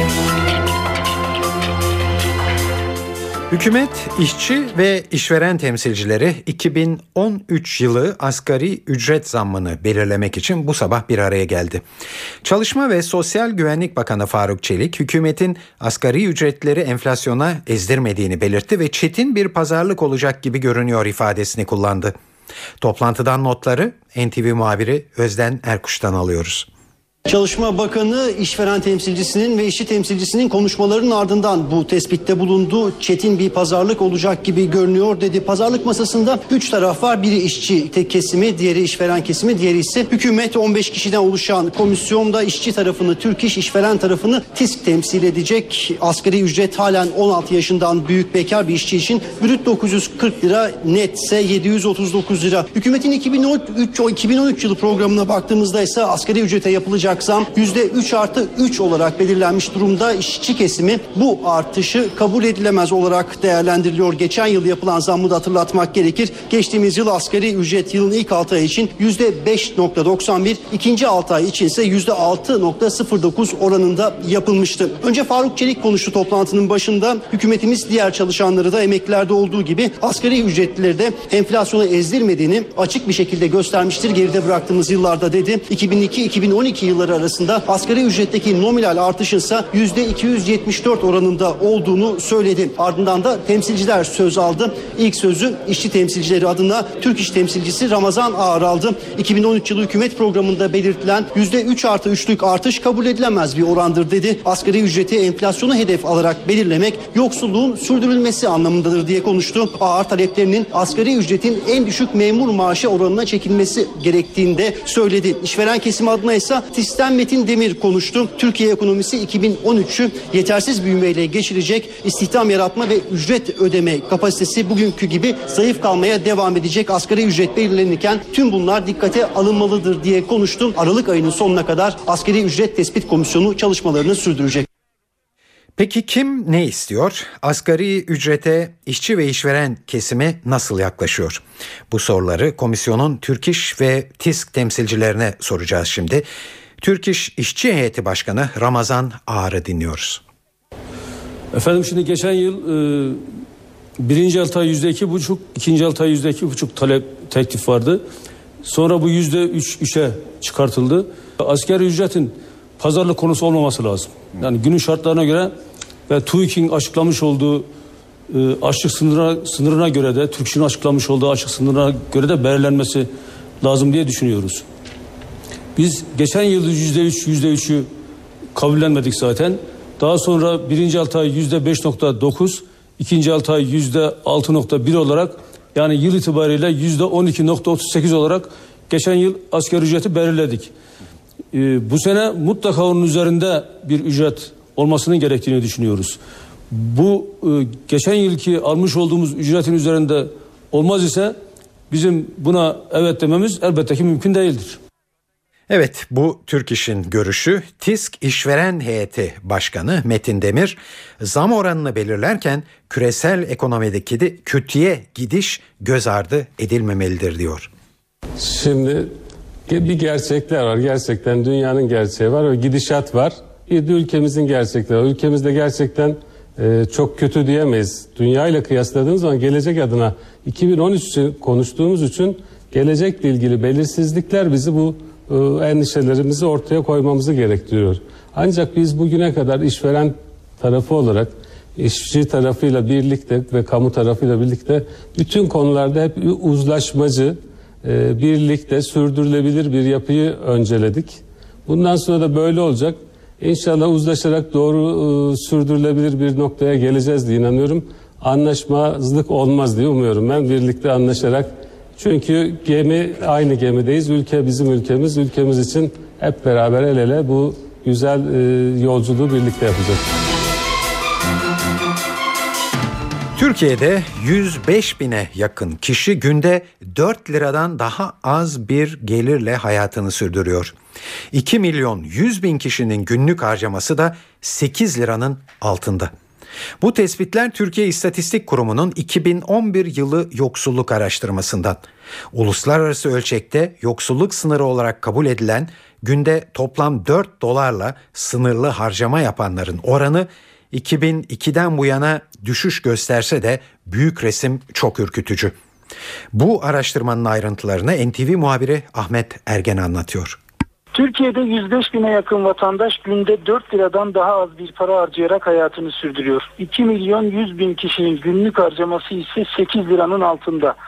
Speaker 2: Hükümet, işçi ve işveren temsilcileri iki bin on üç yılı asgari ücret zammını belirlemek için bu sabah bir araya geldi. Çalışma ve Sosyal Güvenlik Bakanı Faruk Çelik, hükümetin asgari ücretleri enflasyona ezdirmediğini belirtti ve çetin bir pazarlık olacak gibi görünüyor ifadesini kullandı. Toplantıdan notları N T V muhabiri Özden Erkuş'tan alıyoruz.
Speaker 12: Çalışma Bakanı işveren temsilcisinin ve işçi temsilcisinin konuşmalarının ardından bu tespitte bulundu. Çetin bir pazarlık olacak gibi görünüyor dedi. Pazarlık masasında üç taraf var. Biri işçi tek kesimi, diğeri işveren kesimi, diğeri ise hükümet. on beş kişiden oluşan komisyonda işçi tarafını Türk İş, işveren tarafını TİSK temsil edecek. Asgari ücret halen on altı yaşından büyük bekar bir işçi için brüt dokuz yüz kırk lira, netse yedi yüz otuz dokuz lira. Hükümetin iki bin on üç yılı programına baktığımızda ise asgari ücrete yapılacak zam yüzde üç artı üç olarak belirlenmiş durumda. İşçi kesimi bu artışı kabul edilemez olarak değerlendiriliyor. Geçen yıl yapılan zammı da hatırlatmak gerekir. Geçtiğimiz yıl asgari ücret yılın ilk altı ay için yüzde beş virgül doksan bir, ikinci altı ay için ise yüzde altı virgül sıfır dokuz oranında yapılmıştı. Önce Faruk Çelik konuştu toplantının başında. Hükümetimiz diğer çalışanları da emeklilerde olduğu gibi asgari ücretlileri de enflasyona ezdirmediğini açık bir şekilde göstermiştir geride bıraktığımız yıllarda dedi. iki bin iki iki bin on iki yılları arasında asgari ücretteki nominal artışın ise yüzde iki yüz yetmiş dört oranında olduğunu söyledi. Ardından da temsilciler söz aldı. İlk sözü işçi temsilcileri adına Türk İş temsilcisi Ramazan Ağar aldı. iki bin on üç yılı hükümet programında belirtilen yüzde üç artı üçlük artış kabul edilemez bir orandır dedi. Asgari ücreti enflasyonu hedef alarak belirlemek yoksulluğun sürdürülmesi anlamındadır diye konuştu. Ağar taleplerinin asgari ücretin en düşük memur maaşı oranına çekilmesi gerektiğini de söyledi. İşveren kesim adına ise TİSK'ten Metin Demir konuştu. Türkiye ekonomisi iki bin on üçü yetersiz büyümeyle geçirecek. İstihdam yaratma ve ücret ödeme kapasitesi bugünkü gibi zayıf kalmaya devam edecek. Asgari ücret belirlenirken tüm bunlar dikkate alınmalıdır diye konuştu. Aralık ayının sonuna kadar Asgari Ücret Tespit Komisyonu çalışmalarını sürdürecek.
Speaker 2: Peki kim ne istiyor? Asgari ücrete işçi ve işveren kesimi nasıl yaklaşıyor? Bu soruları komisyonun Türk İş ve TİSK temsilcilerine soracağız şimdi. Türk İş İşçi Heyeti Başkanı Ramazan Ağar'ı dinliyoruz.
Speaker 13: Efendim şimdi geçen yıl e, birinci altı ay yüzde iki buçuk, ikinci altı ay yüzde iki buçuk talep teklif vardı. Sonra bu yüzde üç, üçe çıkartıldı. Asgari ücretin pazarlık konusu olmaması lazım. Yani günün şartlarına göre ve TÜİK'in açıklamış olduğu e, açlık sınırına, sınırına göre de Türk İş'in açıklamış olduğu açlık sınırına göre de belirlenmesi lazım diye düşünüyoruz. Biz geçen yıl yüzde üç, yüzde üçü kabullenmedik zaten. Daha sonra birinci altı ay yüzde beş virgül dokuz, ikinci altı ay yüzde altı virgül bir olarak yani yıl itibariyle yüzde on iki virgül otuz sekiz olarak geçen yıl asgari ücreti belirledik. Ee, bu sene mutlaka onun üzerinde bir ücret olmasının gerektiğini düşünüyoruz. Bu e, geçen yılki almış olduğumuz ücretin üzerinde olmaz ise bizim buna evet dememiz elbette ki mümkün değildir.
Speaker 2: Evet, bu Türk İş'in görüşü. TİSK İşveren Heyeti Başkanı Metin Demir, zam oranını belirlerken küresel ekonomideki de kötüye gidiş göz ardı edilmemelidir diyor.
Speaker 14: Şimdi bir gerçekler var. Gerçekten dünyanın gerçeği var ve gidişat var. Bir de ülkemizin gerçekleri var. Ülkemizde gerçekten e, çok kötü diyemeyiz. Dünya ile kıyasladığımız zaman gelecek adına iki bin on üç için konuştuğumuz için gelecekle ilgili belirsizlikler bizi bu e, endişelerimizi ortaya koymamızı gerektiriyor. Ancak biz bugüne kadar işveren tarafı olarak işçi tarafıyla birlikte ve kamu tarafıyla birlikte bütün konularda hep uzlaşmacı, e, birlikte sürdürülebilir bir yapıyı önceledik. Bundan sonra da böyle olacak. İnşallah uzlaşarak doğru e, sürdürülebilir bir noktaya geleceğiz diye inanıyorum. Anlaşmazlık olmaz diye umuyorum ben, birlikte anlaşarak. Çünkü gemi aynı gemideyiz. Ülke bizim ülkemiz. Ülkemiz için hep beraber el ele bu güzel e, yolculuğu birlikte yapacağız.
Speaker 2: Türkiye'de yüz beş bine yakın kişi günde dört liradan daha az bir gelirle hayatını sürdürüyor. iki milyon yüz bin kişinin günlük harcaması da sekiz liranın altında. Bu tespitler Türkiye İstatistik Kurumu'nun iki bin on bir yılı yoksulluk araştırmasından. Uluslararası ölçekte yoksulluk sınırı olarak kabul edilen günde toplam dört dolarla sınırlı harcama yapanların oranı iki bin ikiden bu yana düşüş gösterse de büyük resim çok ürkütücü. Bu araştırmanın ayrıntılarını N T V muhabiri Ahmet Ergen anlatıyor.
Speaker 15: Türkiye'de yüz beş bine yakın vatandaş günde dört liradan daha az bir para harcayarak hayatını sürdürüyor. iki milyon yüz bin kişinin günlük harcaması ise sekiz liranın altında.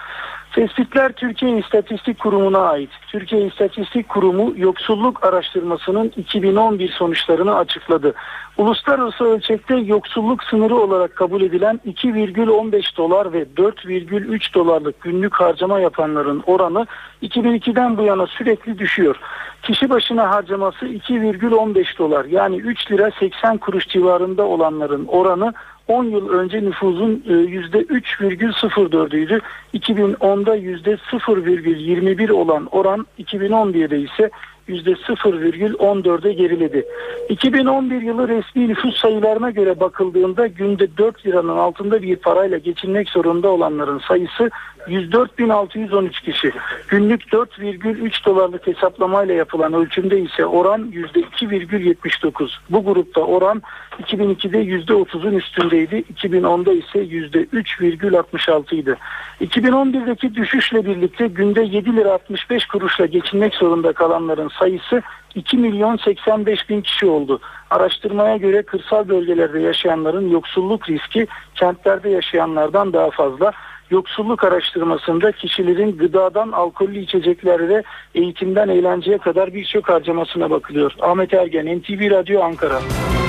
Speaker 15: Tespitler Türkiye İstatistik Kurumu'na ait. Türkiye İstatistik Kurumu yoksulluk araştırmasının iki bin on bir sonuçlarını açıkladı. Uluslararası ölçekte yoksulluk sınırı olarak kabul edilen iki virgül on beş dolar ve dört virgül üç dolarlık günlük harcama yapanların oranı iki bin ikiden bu yana sürekli düşüyor. Kişi başına harcaması iki virgül on beş dolar, yani üç lira seksen kuruş civarında olanların oranı on yıl önce nüfusun yüzde üç virgül sıfır dördüydü. iki bin onda yüzde sıfır virgül yirmi bir olan oran iki bin on birde ise yüzde sıfır virgül on dörde geriledi. iki bin on bir yılı resmi nüfus sayılarına göre bakıldığında günde dört liranın altında bir parayla geçinmek zorunda olanların sayısı yüz dört bin altı yüz on üç kişi. Günlük dört virgül üç dolarlık hesaplamayla yapılan ölçümde ise oran yüzde iki virgül yetmiş dokuz. Bu grupta oran iki bin ikide yüzde otuzun üstündeydi. iki bin onda ise yüzde üç virgül altmış altı idi. iki bin on birdeki düşüşle birlikte günde yedi lira altmış beş kuruşla geçinmek zorunda kalanların sayısı iki milyon seksen beş bin kişi oldu. Araştırmaya göre kırsal bölgelerde yaşayanların yoksulluk riski kentlerde yaşayanlardan daha fazla. Yoksulluk araştırmasında kişilerin gıdadan alkollü içeceklere ve eğitimden eğlenceye kadar birçok harcamasına bakılıyor. Ahmet Ergen, N T V Radyo, Ankara.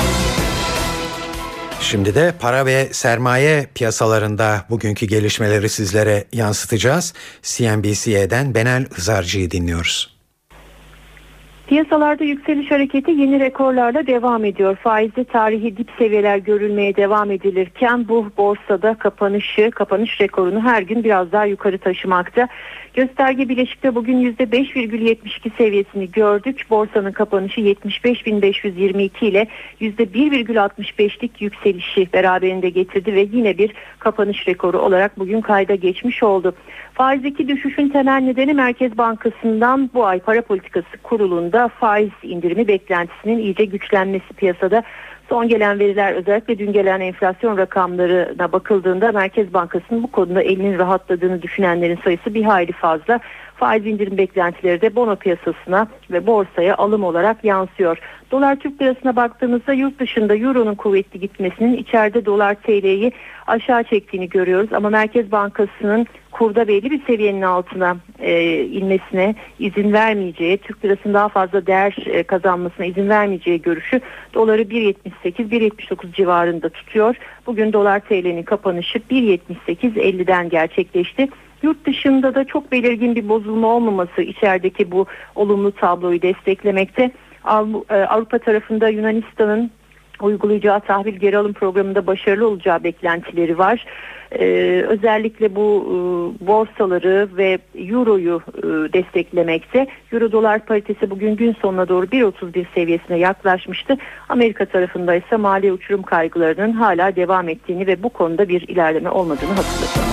Speaker 2: Şimdi de para ve sermaye piyasalarında bugünkü gelişmeleri sizlere yansıtacağız. C N B C'den Benel Hızarcı'yı dinliyoruz.
Speaker 16: Piyasalarda yükseliş hareketi yeni rekorlarla devam ediyor. Faizde tarihi dip seviyeler görülmeye devam edilirken bu borsada kapanışı, kapanış rekorunu her gün biraz daha yukarı taşımakta. Gösterge Bileşik'te bugün yüzde beş virgül yetmiş iki seviyesini gördük. Borsanın kapanışı yetmiş beş bin beş yüz yirmi iki ile yüzde bir virgül altmış beşlik yükselişi beraberinde getirdi ve yine bir kapanış rekoru olarak bugün kayda geçmiş oldu. Faizdeki düşüşün temel nedeni Merkez Bankası'ndan bu ay para politikası kurulunda faiz indirimi beklentisinin iyice güçlenmesi piyasada. Son gelen veriler, özellikle dün gelen enflasyon rakamlarına bakıldığında Merkez Bankası'nın bu konuda elinin rahatladığını düşünenlerin sayısı bir hayli fazla. Faiz indirim beklentileri de bono piyasasına ve borsaya alım olarak yansıyor. Dolar Türk lirasına baktığımızda yurt dışında euronun kuvvetli gitmesinin içeride dolar T L'yi aşağı çektiğini görüyoruz. Ama Merkez Bankası'nın kurda belli bir seviyenin altına e, inmesine izin vermeyeceği, Türk lirasının daha fazla değer e, kazanmasına izin vermeyeceği görüşü doları bir yetmiş sekiz bir yetmiş dokuz civarında tutuyor. Bugün dolar T L'nin kapanışı bir yetmiş sekiz elliden gerçekleşti. Yurt dışında da çok belirgin bir bozulma olmaması içerideki bu olumlu tabloyu desteklemekte. Avrupa tarafında Yunanistan'ın uygulayacağı tahvil geri alım programında başarılı olacağı beklentileri var. Ee, özellikle bu e, borsaları ve euroyu e, desteklemekte. Euro dolar paritesi bugün gün sonuna doğru bir virgül otuz bir seviyesine yaklaşmıştı. Amerika tarafında ise mali uçurum kaygılarının hala devam ettiğini ve bu konuda bir ilerleme olmadığını hatırlatalım.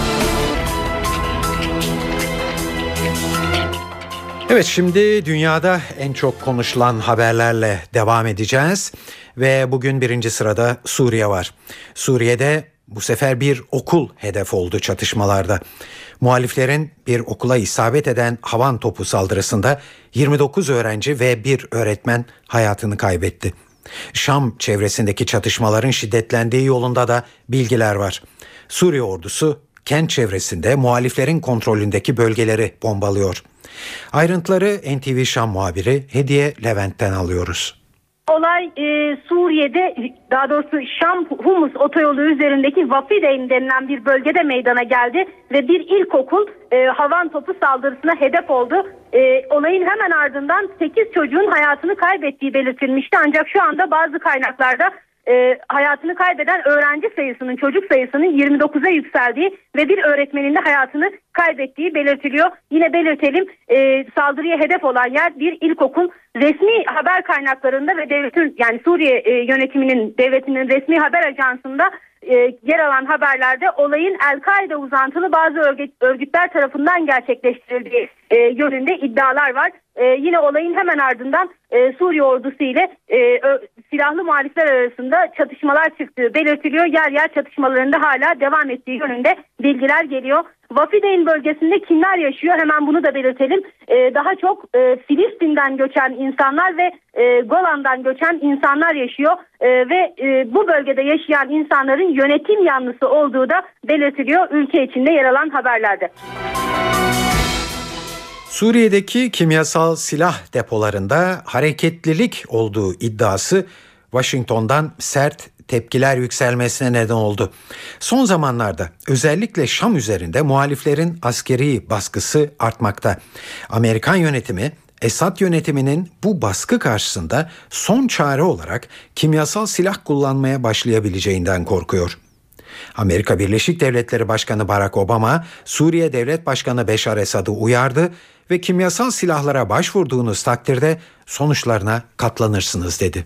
Speaker 2: Evet, şimdi dünyada en çok konuşulan haberlerle devam edeceğiz ve bugün birinci sırada Suriye var. Suriye'de bu sefer bir okul hedef oldu çatışmalarda. Muhaliflerin bir okula isabet eden havan topu saldırısında yirmi dokuz öğrenci ve bir öğretmen hayatını kaybetti. Şam çevresindeki çatışmaların şiddetlendiği yolunda da bilgiler var. Suriye ordusu kent çevresinde muhaliflerin kontrolündeki bölgeleri bombalıyor. Ayrıntıları N T V Şam muhabiri Hediye Levent'ten alıyoruz.
Speaker 17: Olay e, Suriye'de, daha doğrusu Şam-Humus otoyolu üzerindeki Vafideyn denilen bir bölgede meydana geldi ve bir ilkokul e, havan topu saldırısına hedef oldu. E, olayın hemen ardından sekiz çocuğun hayatını kaybettiği belirtilmişti, ancak şu anda bazı kaynaklarda E, hayatını kaybeden öğrenci sayısının, çocuk sayısının yirmi dokuza yükseldiği ve bir öğretmenin de hayatını kaybettiği belirtiliyor. Yine belirtelim, e, saldırıya hedef olan yer bir ilkokul. Resmi haber kaynaklarında ve devletin, yani Suriye e, yönetiminin, devletinin resmi haber ajansında e, yer alan haberlerde olayın El-Kaide uzantılı bazı örgüt, örgütler tarafından gerçekleştirildiği e, yönünde iddialar var. E, yine olayın hemen ardından e, Suriye ordusu ile e, ö, silahlı muhalifler arasında çatışmalar çıktığı belirtiliyor. Yer yer çatışmalarında hala devam ettiği yönünde bilgiler geliyor. Vafideyn bölgesinde kimler yaşıyor? Hemen bunu da belirtelim. Ee, daha çok e, Filistin'den göçen insanlar ve e, Golan'dan göçen insanlar yaşıyor. E, ve e, bu bölgede yaşayan insanların yönetim yanlısı olduğu da belirtiliyor ülke içinde yer alan haberlerde.
Speaker 2: Suriye'deki kimyasal silah depolarında hareketlilik olduğu iddiası Washington'dan sert tepkiler yükselmesine neden oldu. Son zamanlarda özellikle Şam üzerinde muhaliflerin askeri baskısı artmakta. Amerikan yönetimi Esad yönetiminin bu baskı karşısında son çare olarak kimyasal silah kullanmaya başlayabileceğinden korkuyor. Amerika Birleşik Devletleri Başkanı Barack Obama, Suriye Devlet Başkanı Beşar Esad'ı uyardı ve kimyasal silahlara başvurduğunuz takdirde sonuçlarına katlanırsınız dedi.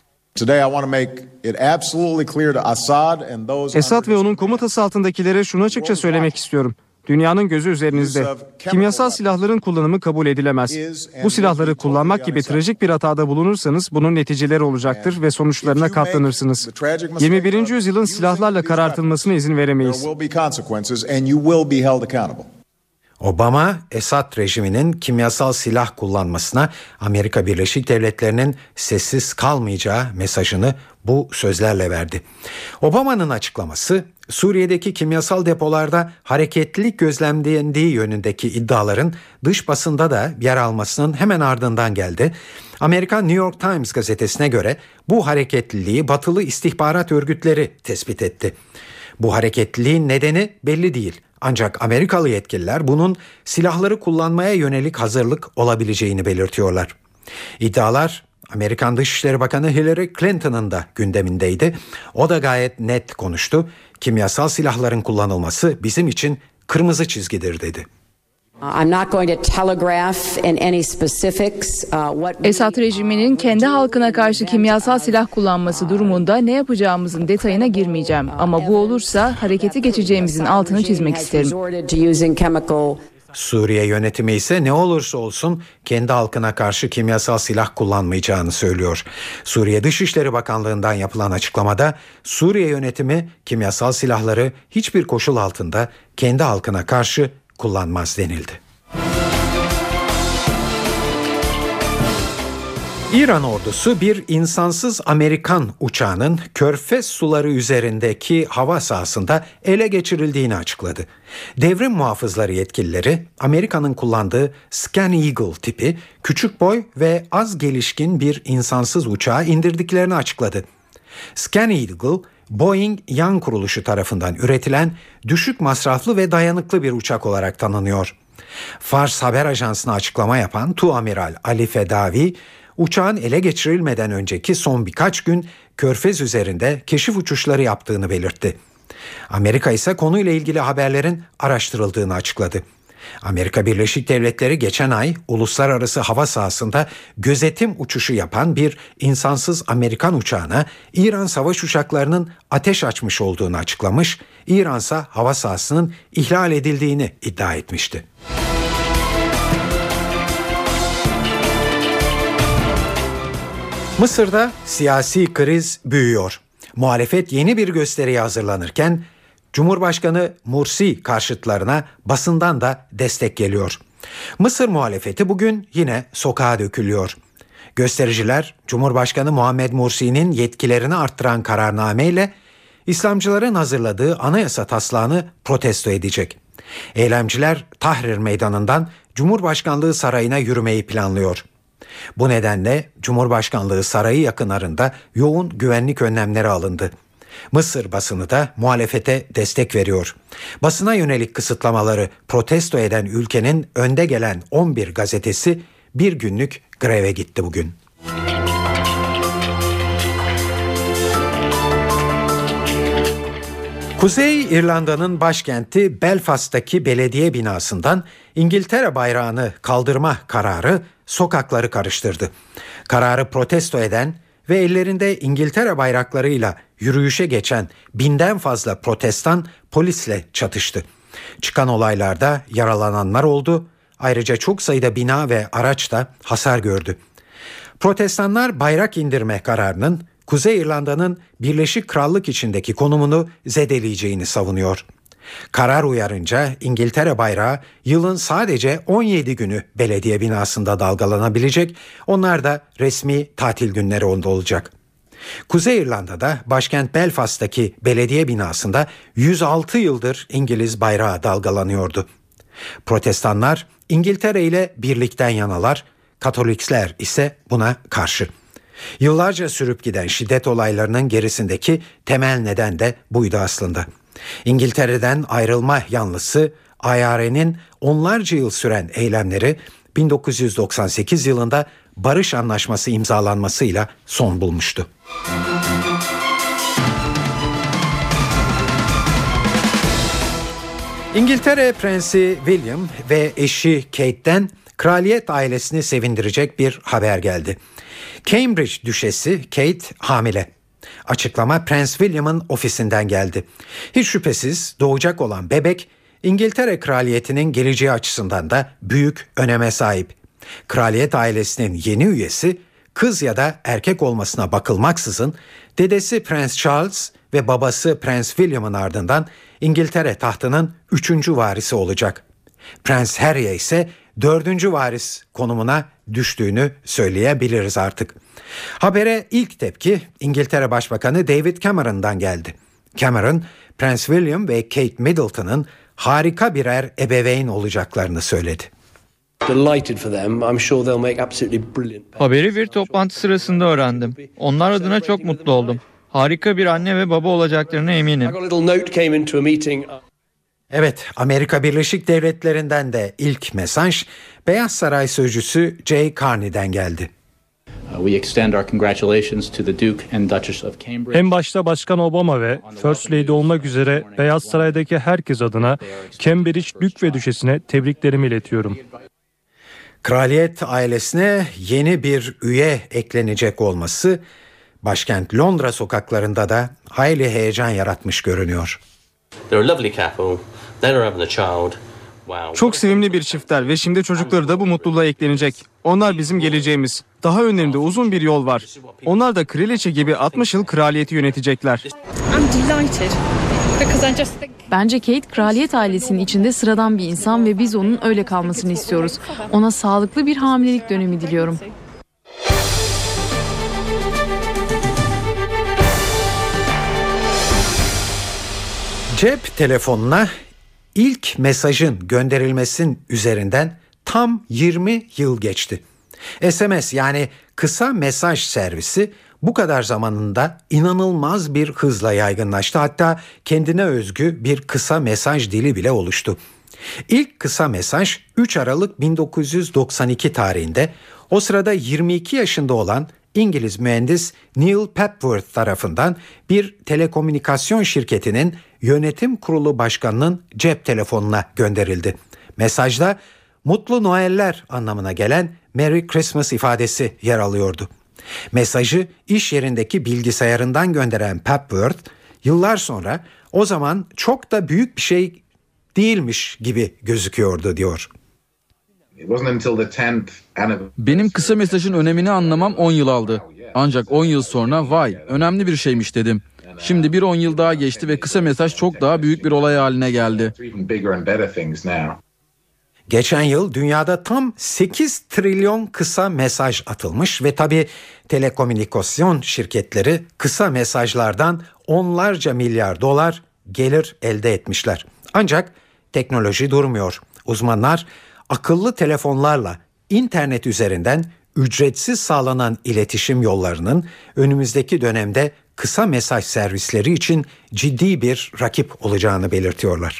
Speaker 18: Esad ve onun komutası altındakilere şunu açıkça söylemek istiyorum. Dünyanın gözü üzerinizde. Kimyasal silahların kullanımı kabul edilemez. Bu silahları kullanmak gibi trajik bir hatada bulunursanız bunun neticeleri olacaktır ve sonuçlarına katlanırsınız. yirmi birinci yüzyılın silahlarla karartılmasına izin veremeyiz.
Speaker 2: Obama, Esad rejiminin kimyasal silah kullanmasına Amerika Birleşik Devletleri'nin sessiz kalmayacağı mesajını bu sözlerle verdi. Obama'nın açıklaması, Suriye'deki kimyasal depolarda hareketlilik gözlemlendiği yönündeki iddiaların dış basında da yer almasının hemen ardından geldi. Amerikan New York Times gazetesine göre bu hareketliliği batılı istihbarat örgütleri tespit etti. Bu hareketliliğin nedeni belli değil. Ancak Amerikalı yetkililer bunun silahları kullanmaya yönelik hazırlık olabileceğini belirtiyorlar. İddialar Amerikan Dışişleri Bakanı Hillary Clinton'ın da gündemindeydi. O da gayet net konuştu. Kimyasal silahların kullanılması bizim için kırmızı çizgidir dedi.
Speaker 19: Esad rejiminin kendi halkına karşı kimyasal silah kullanması durumunda ne yapacağımızın detayına girmeyeceğim. Ama bu olursa hareketi geçeceğimizin altını çizmek isterim.
Speaker 2: Suriye yönetimi ise ne olursa olsun kendi halkına karşı kimyasal silah kullanmayacağını söylüyor. Suriye Dışişleri Bakanlığı'ndan yapılan açıklamada Suriye yönetimi kimyasal silahları hiçbir koşul altında kendi halkına karşı kullanmaz denildi. İran ordusu bir insansız Amerikan uçağının Körfez suları üzerindeki hava sahasında ele geçirildiğini açıkladı. Devrim muhafızları yetkilileri Amerika'nın kullandığı Scan Eagle tipi küçük boy ve az gelişkin bir insansız uçağı indirdiklerini açıkladı. Scan Eagle, Boeing yan kuruluşu tarafından üretilen düşük masraflı ve dayanıklı bir uçak olarak tanınıyor. Fars haber ajansına açıklama yapan Tuamiral Ali Fedavi, uçağın ele geçirilmeden önceki son birkaç gün Körfez üzerinde keşif uçuşları yaptığını belirtti. Amerika ise konuyla ilgili haberlerin araştırıldığını açıkladı. Amerika Birleşik Devletleri geçen ay uluslararası hava sahasında gözetim uçuşu yapan bir insansız Amerikan uçağına İran savaş uçaklarının ateş açmış olduğunu açıklamış, İran ise hava sahasının ihlal edildiğini iddia etmişti. Mısır'da siyasi kriz büyüyor. Muhalefet yeni bir gösteriye hazırlanırken Cumhurbaşkanı Mursi karşıtlarına basından da destek geliyor. Mısır muhalefeti bugün yine sokağa dökülüyor. Göstericiler Cumhurbaşkanı Muhammed Mursi'nin yetkilerini arttıran kararnameyle İslamcıların hazırladığı anayasa taslağını protesto edecek. Eylemciler Tahrir Meydanı'ndan Cumhurbaşkanlığı Sarayı'na yürümeyi planlıyor. Bu nedenle Cumhurbaşkanlığı Sarayı yakınlarında yoğun güvenlik önlemleri alındı. Mısır basını da muhalefete destek veriyor. Basına yönelik kısıtlamaları protesto eden ülkenin önde gelen on bir gazetesi bir günlük greve gitti bugün. Kuzey İrlanda'nın başkenti Belfast'taki belediye binasından İngiltere bayrağını kaldırma kararı sokakları karıştırdı. Kararı protesto eden ve ellerinde İngiltere bayraklarıyla yürüyüşe geçen binden fazla protestan polisle çatıştı. Çıkan olaylarda yaralananlar oldu. Ayrıca çok sayıda bina ve araç da hasar gördü. Protestanlar bayrak indirme kararının Kuzey İrlanda'nın Birleşik Krallık içindeki konumunu zedeleyeceğini savunuyor. Karar uyarınca İngiltere bayrağı yılın sadece on yedi günü belediye binasında dalgalanabilecek, onlar da resmi tatil günleri onda olacak. Kuzey İrlanda'da başkent Belfast'taki belediye binasında yüz altı yıldır İngiliz bayrağı dalgalanıyordu. Protestanlar İngiltere ile birlikten yanalar, Katolikler ise buna karşı. Yıllarca sürüp giden şiddet olaylarının gerisindeki temel neden de buydu aslında. İngiltere'den ayrılma yanlısı I R N'in onlarca yıl süren eylemleri bin dokuz yüz doksan sekiz yılında barış anlaşması imzalanmasıyla son bulmuştu. İngiltere Prensi William ve eşi Kate'den kraliyet ailesini sevindirecek bir haber geldi. Cambridge Düşesi Kate hamile. Açıklama Prens William'ın ofisinden geldi. Hiç şüphesiz doğacak olan bebek İngiltere kraliyetinin geleceği açısından da büyük öneme sahip. Kraliyet ailesinin yeni üyesi kız ya da erkek olmasına bakılmaksızın dedesi Prens Charles ve babası Prens William'ın ardından İngiltere tahtının üçüncü varisi olacak. Prens Harry ise dördüncü varis konumuna düştüğünü söyleyebiliriz artık. Habere ilk tepki İngiltere Başbakanı David Cameron'dan geldi. Cameron, Prens William ve Kate Middleton'ın harika birer ebeveyn olacaklarını söyledi.
Speaker 20: Haberi bir toplantı sırasında öğrendim. Onlar adına çok mutlu oldum. Harika bir anne ve baba olacaklarına eminim.
Speaker 2: Evet, Amerika Birleşik Devletleri'nden de ilk mesaj Beyaz Saray sözcüsü Jay Carney'den geldi.
Speaker 21: En başta Başkan Obama ve First Lady olmak üzere Beyaz Saray'daki herkes adına Cambridge Dük ve Düşesi'ne tebriklerimi iletiyorum.
Speaker 2: Kraliyet ailesine yeni bir üye eklenecek olması başkent Londra sokaklarında da hayli heyecan yaratmış görünüyor.
Speaker 18: Çok sevimli bir çiftler ve şimdi çocukları da bu mutluluğa eklenecek. Onlar bizim geleceğimiz. Daha önlerinde uzun bir yol var. Onlar da kraliçe gibi altmış yıl kraliyeti yönetecekler.
Speaker 19: Bence Kate kraliyet ailesinin içinde sıradan bir insan ve biz onun öyle kalmasını istiyoruz. Ona sağlıklı bir hamilelik dönemi diliyorum.
Speaker 2: Cep telefonuna ilk mesajın gönderilmesinin üzerinden tam yirmi yıl geçti. S M S yani kısa mesaj servisi bu kadar zamanında inanılmaz bir hızla yaygınlaştı. Hatta kendine özgü bir kısa mesaj dili bile oluştu. İlk kısa mesaj üç Aralık bin dokuz yüz doksan iki tarihinde o sırada yirmi iki yaşında olan İngiliz mühendis Neil Papworth tarafından bir telekomünikasyon şirketinin yönetim kurulu başkanının cep telefonuna gönderildi. Mesajda Mutlu Noeller anlamına gelen Merry Christmas ifadesi yer alıyordu. Mesajı iş yerindeki bilgisayarından gönderen Papworth, yıllar sonra o zaman çok da büyük bir şey değilmiş gibi gözüküyordu diyor.
Speaker 22: Benim kısa mesajın önemini anlamam on yıl aldı. Ancak on yıl sonra vay önemli bir şeymiş dedim. Şimdi bir on yıl daha geçti ve kısa mesaj çok daha büyük bir olay haline geldi.
Speaker 2: Geçen yıl dünyada tam sekiz trilyon kısa mesaj atılmış ve tabii telekomünikasyon şirketleri kısa mesajlardan onlarca milyar dolar gelir elde etmişler. Ancak teknoloji durmuyor. Uzmanlar akıllı telefonlarla internet üzerinden ücretsiz sağlanan iletişim yollarının önümüzdeki dönemde kısa mesaj servisleri için ciddi bir rakip olacağını belirtiyorlar.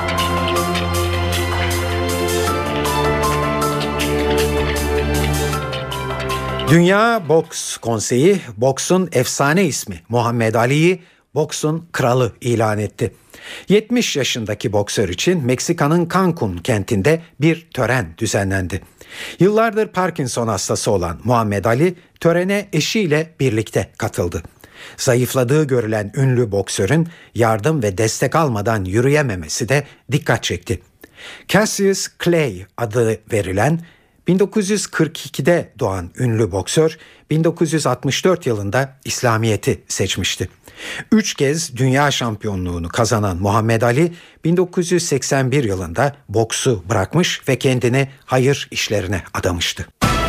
Speaker 2: Dünya Boks Konseyi boksun efsane ismi Muhammed Ali'yi boksun kralı ilan etti. yetmiş yaşındaki boksör için Meksika'nın Cancun kentinde bir tören düzenlendi. Yıllardır Parkinson hastası olan Muhammed Ali törene eşiyle birlikte katıldı. Zayıfladığı görülen ünlü boksörün yardım ve destek almadan yürüyememesi de dikkat çekti. Cassius Clay adı verilen bin dokuz yüz kırk ikide doğan ünlü boksör bin dokuz yüz altmış dört yılında İslamiyet'i seçmişti. Üç kez dünya şampiyonluğunu kazanan Muhammed Ali bin dokuz yüz seksen bir yılında boksu bırakmış ve kendini hayır işlerine adamıştı.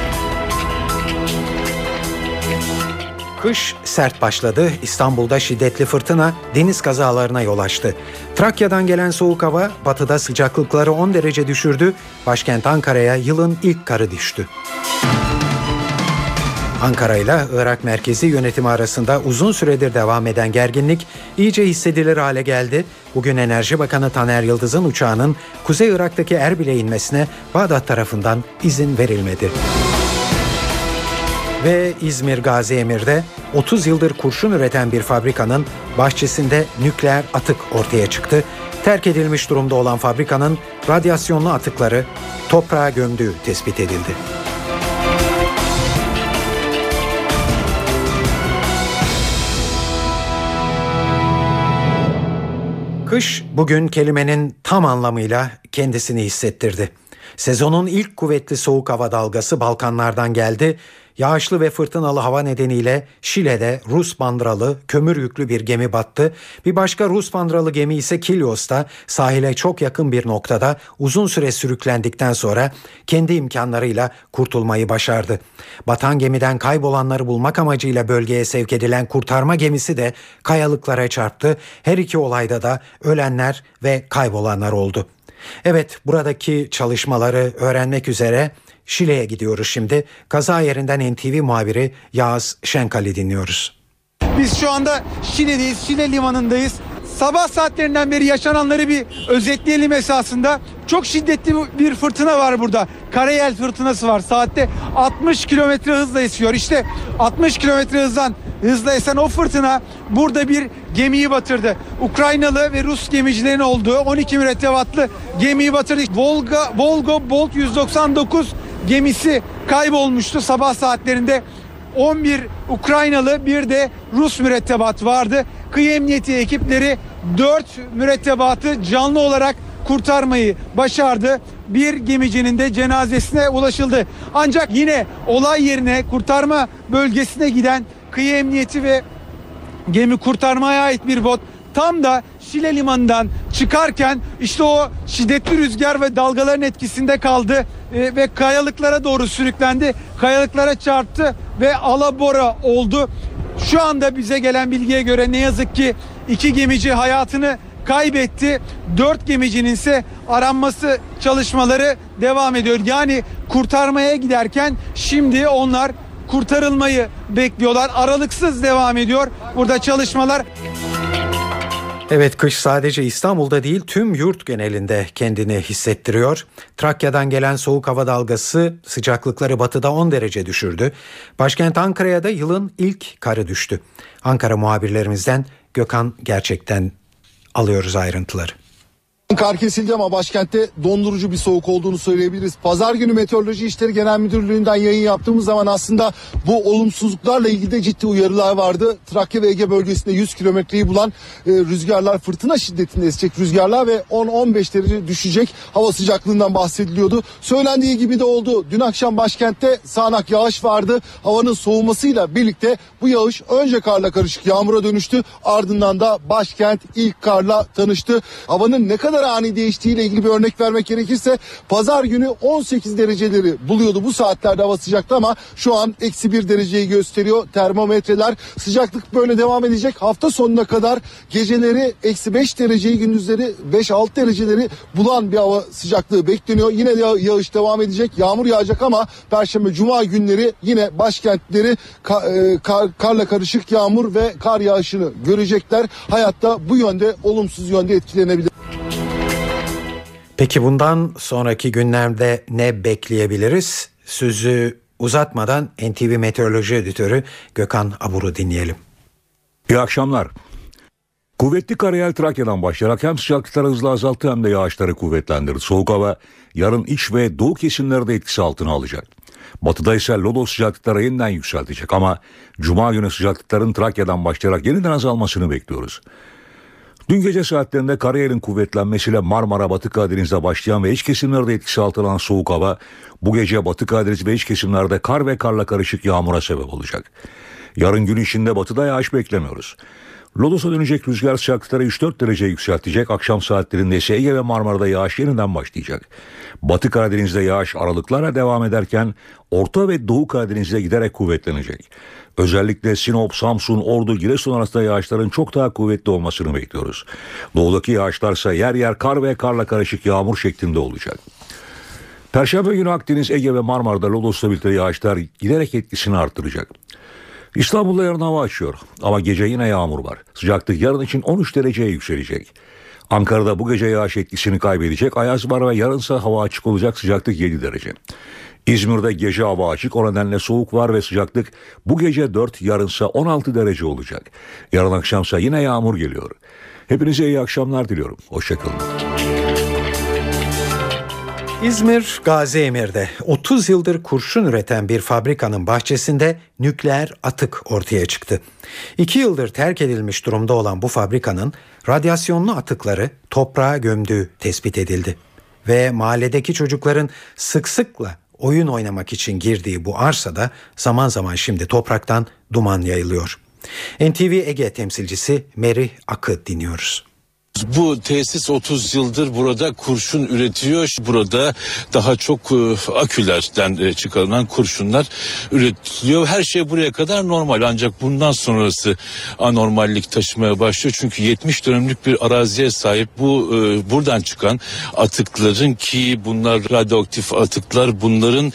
Speaker 2: Kış sert başladı. İstanbul'da şiddetli fırtına deniz kazalarına yol açtı. Trakya'dan gelen soğuk hava batıda sıcaklıkları on derece düşürdü. Başkent Ankara'ya yılın ilk karı düştü. Ankara ile Irak merkezi yönetimi arasında uzun süredir devam eden gerginlik iyice hissedilir hale geldi. Bugün Enerji Bakanı Taner Yıldız'ın uçağının Kuzey Irak'taki Erbil'e inmesine Bağdat tarafından izin verilmedi. Ve İzmir Gazi Emir'de otuz yıldır kurşun üreten bir fabrikanın bahçesinde nükleer atık ortaya çıktı. Terk edilmiş durumda olan fabrikanın radyasyonlu atıkları toprağa gömdüğü tespit edildi. Kış bugün kelimenin tam anlamıyla kendisini hissettirdi. Sezonun ilk kuvvetli soğuk hava dalgası Balkanlardan geldi. Yağışlı ve fırtınalı hava nedeniyle Şile'de Rus bandıralı kömür yüklü bir gemi battı. Bir başka Rus bandıralı gemi ise Kilyos'ta sahile çok yakın bir noktada uzun süre sürüklendikten sonra kendi imkanlarıyla kurtulmayı başardı. Batan gemiden kaybolanları bulmak amacıyla bölgeye sevk edilen kurtarma gemisi de kayalıklara çarptı. Her iki olayda da ölenler ve kaybolanlar oldu. Evet, buradaki çalışmaları öğrenmek üzere Şile'ye gidiyoruz şimdi. Kaza yerinden N T V muhabiri Yağız Şenkal'i dinliyoruz.
Speaker 3: Biz şu anda Şile'deyiz, Şile limanındayız. Sabah saatlerinden beri yaşananları bir özetleyelim esasında. Çok şiddetli bir fırtına var burada. Karayel fırtınası var. Saatte altmış kilometre hızla esiyor. İşte altmış kilometre hızdan hızla esen o fırtına burada bir gemiyi batırdı. Ukraynalı ve Rus gemicilerin olduğu on iki mürettebatlı gemiyi batırdı. Volga, Volga Bolt yüz doksan dokuz gemisi kaybolmuştu sabah saatlerinde. on bir Ukraynalı bir de Rus mürettebat vardı. Kıyı Emniyeti ekipleri dört mürettebatı canlı olarak kurtarmayı başardı. Bir gemicinin de cenazesine ulaşıldı. Ancak yine olay yerine kurtarma bölgesine giden Kıyı Emniyeti ve gemi kurtarmaya ait bir bot tam da Şile limanından çıkarken işte o şiddetli rüzgar ve dalgaların etkisinde kaldı e, ve kayalıklara doğru sürüklendi. Kayalıklara çarptı ve alabora oldu. Şu anda bize gelen bilgiye göre ne yazık ki iki gemici hayatını kaybetti. Dört gemicinin ise aranması çalışmaları devam ediyor. Yani kurtarmaya giderken şimdi onlar kurtarılmayı bekliyorlar. Aralıksız devam ediyor burada çalışmalar.
Speaker 2: Evet, kış sadece İstanbul'da değil tüm yurt genelinde kendini hissettiriyor. Trakya'dan gelen soğuk hava dalgası sıcaklıkları batıda on derece düşürdü. Başkent Ankara'ya da yılın ilk karı düştü. Ankara muhabirlerimizden Gökhan Gerçek'ten alıyoruz ayrıntıları.
Speaker 4: Kar kesildi ama başkentte dondurucu bir soğuk olduğunu söyleyebiliriz. Pazar günü Meteoroloji İşleri Genel Müdürlüğü'nden yayın yaptığımız zaman aslında bu olumsuzluklarla ilgili de ciddi uyarılar vardı. Trakya ve Ege bölgesinde yüz kilometreyi bulan e, rüzgarlar, fırtına şiddetinde esecek rüzgarlar ve on on beş derece düşecek hava sıcaklığından bahsediliyordu. Söylendiği gibi de oldu. Dün akşam başkentte sağanak yağış vardı. Havanın soğumasıyla birlikte bu yağış önce karla karışık yağmura dönüştü. Ardından da başkent ilk karla tanıştı. Havanın ne kadar ani değiştiğiyle ilgili bir örnek vermek gerekirse pazar günü on sekiz dereceleri buluyordu bu saatlerde hava sıcaktı ama şu an eksi bir dereceyi gösteriyor termometreler. Sıcaklık böyle devam edecek. Hafta sonuna kadar geceleri eksi beş dereceyi, gündüzleri beş altı dereceleri bulan bir hava sıcaklığı bekleniyor. Yine yağ- yağış devam edecek. Yağmur yağacak ama Perşembe Cuma günleri yine başkentleri ka- e, kar, karla karışık yağmur ve kar yağışını görecekler. Hayatta bu yönde, olumsuz yönde etkilenebilir.
Speaker 2: Peki bundan sonraki günlerde ne bekleyebiliriz? Sözü uzatmadan N T V Meteoroloji Editörü Gökhan Abur'u dinleyelim.
Speaker 1: İyi akşamlar. Kuvvetli karayel Trakya'dan başlayarak hem sıcaklıkları hızla azalttı hem de yağışları kuvvetlendirdi. Soğuk hava yarın iç ve doğu kesimlerde etkisi altına alacak. Batıda ise lodos sıcaklıkları yeniden yükseltecek ama Cuma günü sıcaklıkların Trakya'dan başlayarak yeniden azalmasını bekliyoruz. Dün gece saatlerinde karayelin kuvvetlenmesiyle Marmara, Batı Karadeniz'de başlayan ve iç kesimlerde etkisi altına alan soğuk hava bu gece Batı Karadeniz ve iç kesimlerde kar ve karla karışık yağmura sebep olacak. Yarın gün içinde batıda yağış beklemiyoruz. Lodos'a dönecek rüzgar sıcaklıkları üç dört derece yükseltecek. Akşam saatlerinde ise Ege ve Marmara'da yağış yeniden başlayacak. Batı Karadeniz'de yağış aralıklarla devam ederken Orta ve Doğu Karadeniz'de giderek kuvvetlenecek. Özellikle Sinop, Samsun, Ordu, Giresun arasında yağışların çok daha kuvvetli olmasını bekliyoruz. Doğudaki yağışlarsa yer yer kar ve karla karışık yağmur şeklinde olacak. Perşembe günü Akdeniz, Ege ve Marmara'da Lodos'la birlikte yağışlar giderek etkisini artıracak. İstanbul'da yarın hava açıyor ama gece yine yağmur var. Sıcaklık yarın için on üç dereceye yükselecek. Ankara'da bu gece yağış etkisini kaybedecek. Ayaz var ve yarınsa hava açık olacak, sıcaklık yedi derece. İzmir'de gece hava açık, o nedenle soğuk var ve sıcaklık bu gece dört, yarınsa on altı derece olacak. Yarın akşamsa yine yağmur geliyor. Hepinize iyi akşamlar diliyorum. Hoşçakalın.
Speaker 2: İzmir Gaziemir'de otuz yıldır kurşun üreten bir fabrikanın bahçesinde nükleer atık ortaya çıktı. İki yıldır terk edilmiş durumda olan bu fabrikanın radyasyonlu atıkları toprağa gömdüğü tespit edildi. Ve mahalledeki çocukların sık sıkla oyun oynamak için girdiği bu arsada zaman zaman şimdi topraktan duman yayılıyor. N T V Ege temsilcisi Merih Ak'ı dinliyoruz.
Speaker 11: Bu tesis otuz yıldır burada kurşun üretiyor. Burada daha çok akülerden çıkarılan kurşunlar üretiliyor. Her şey buraya kadar normal, ancak bundan sonrası anormallik taşımaya başlıyor. Çünkü yetmiş dönümlük bir araziye sahip bu buradan çıkan atıkların, ki bunlar radyoaktif atıklar, bunların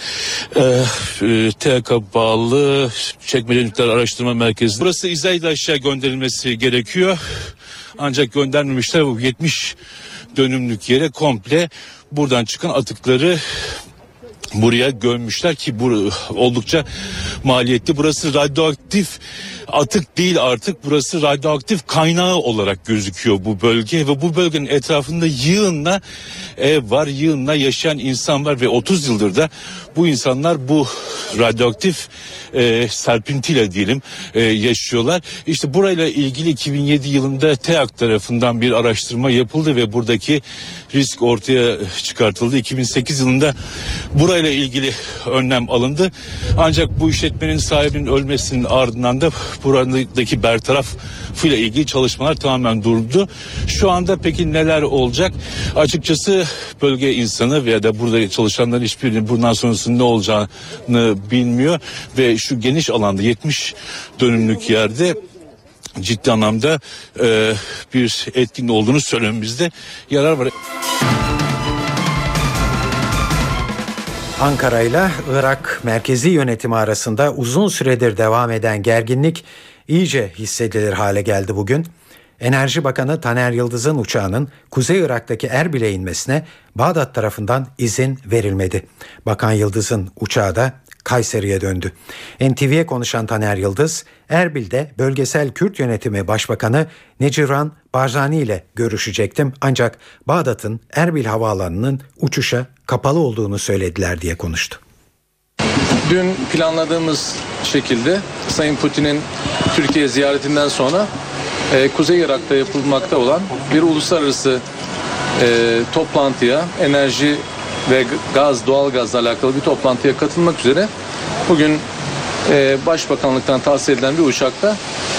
Speaker 11: e, T H K bağlı Çekmece Nükleer Araştırma Merkezi. Burası İzay'da aşağı gönderilmesi gerekiyor. Ancak göndermemişler. Bu yetmiş dönümlük yere komple buradan çıkan atıkları buraya gömmüşler ki bu oldukça maliyetli. Burası radyoaktif atık değil artık, burası radyoaktif kaynağı olarak gözüküyor bu bölge ve bu bölgenin etrafında yığınla ev var, yığınla yaşayan insan var ve otuz yıldır da bu insanlar bu radyoaktif e, serpintiyle diyelim e, yaşıyorlar. İşte burayla ilgili iki bin yedi yılında TEAK tarafından bir araştırma yapıldı ve buradaki risk ortaya çıkartıldı. iki bin sekiz yılında burayla ilgili önlem alındı. Ancak bu işletmenin sahibinin ölmesinin ardından da buradaki bertarafıyla ilgili çalışmalar tamamen durdu. Şu anda peki neler olacak? Açıkçası bölge insanı veya da burada çalışanların hiçbirinin bundan sonrasında ne olacağını bilmiyor ve şu geniş alanda yetmiş dönümlük yerde ciddi anlamda e, bir etkin olduğunu söylememizde yarar var.
Speaker 2: Ankara ile Irak merkezi yönetimi arasında uzun süredir devam eden gerginlik iyice hissedilir hale geldi bugün. Enerji Bakanı Taner Yıldız'ın uçağının Kuzey Irak'taki Erbil'e inmesine Bağdat tarafından izin verilmedi. Bakan Yıldız'ın uçağı da Kayseri'ye döndü. N T V'ye konuşan Taner Yıldız, Erbil'de Bölgesel Kürt Yönetimi Başbakanı Neciran Barzani ile görüşecektim ancak Bağdat'ın Erbil havaalanının uçuşa kapalı olduğunu söylediler diye konuştu.
Speaker 5: Dün planladığımız şekilde Sayın Putin'in Türkiye ziyaretinden sonra e, Kuzey Irak'ta yapılmakta olan bir uluslararası e, toplantıya, enerji ve gaz, doğalgazla alakalı bir toplantıya katılmak üzere bugün e, Başbakanlıktan tahsis edilen bir uçakta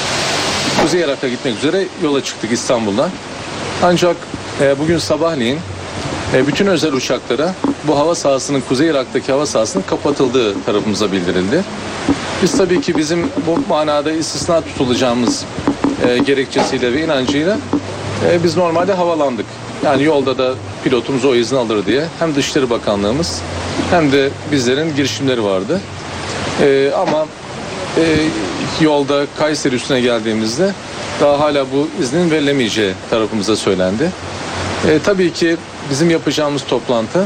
Speaker 5: Kuzey Irak'a gitmek üzere yola çıktık İstanbul'dan. Ancak e, bugün sabahleyin e, bütün özel uçaklara bu hava sahasının, Kuzey Irak'taki hava sahasının kapatıldığı tarafımıza bildirildi. Biz tabii ki bizim bu manada istisna tutulacağımız e, gerekçesiyle ve inancıyla e, biz normalde havalandık. Yani yolda da pilotumuz o izni alır diye hem Dışişleri Bakanlığımız hem de bizlerin girişimleri vardı. Ee, ama e, yolda Kayseri üstüne geldiğimizde daha hala bu iznin verilemeyeceği tarafımıza söylendi. Ee, tabii ki bizim yapacağımız toplantı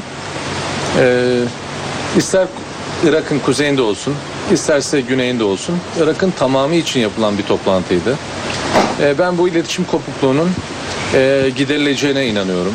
Speaker 5: e, ister Irak'ın kuzeyinde olsun, isterse güneyinde olsun, Irak'ın tamamı için yapılan bir toplantıydı. Ee, ben bu iletişim kopukluğunun e, giderileceğine inanıyorum.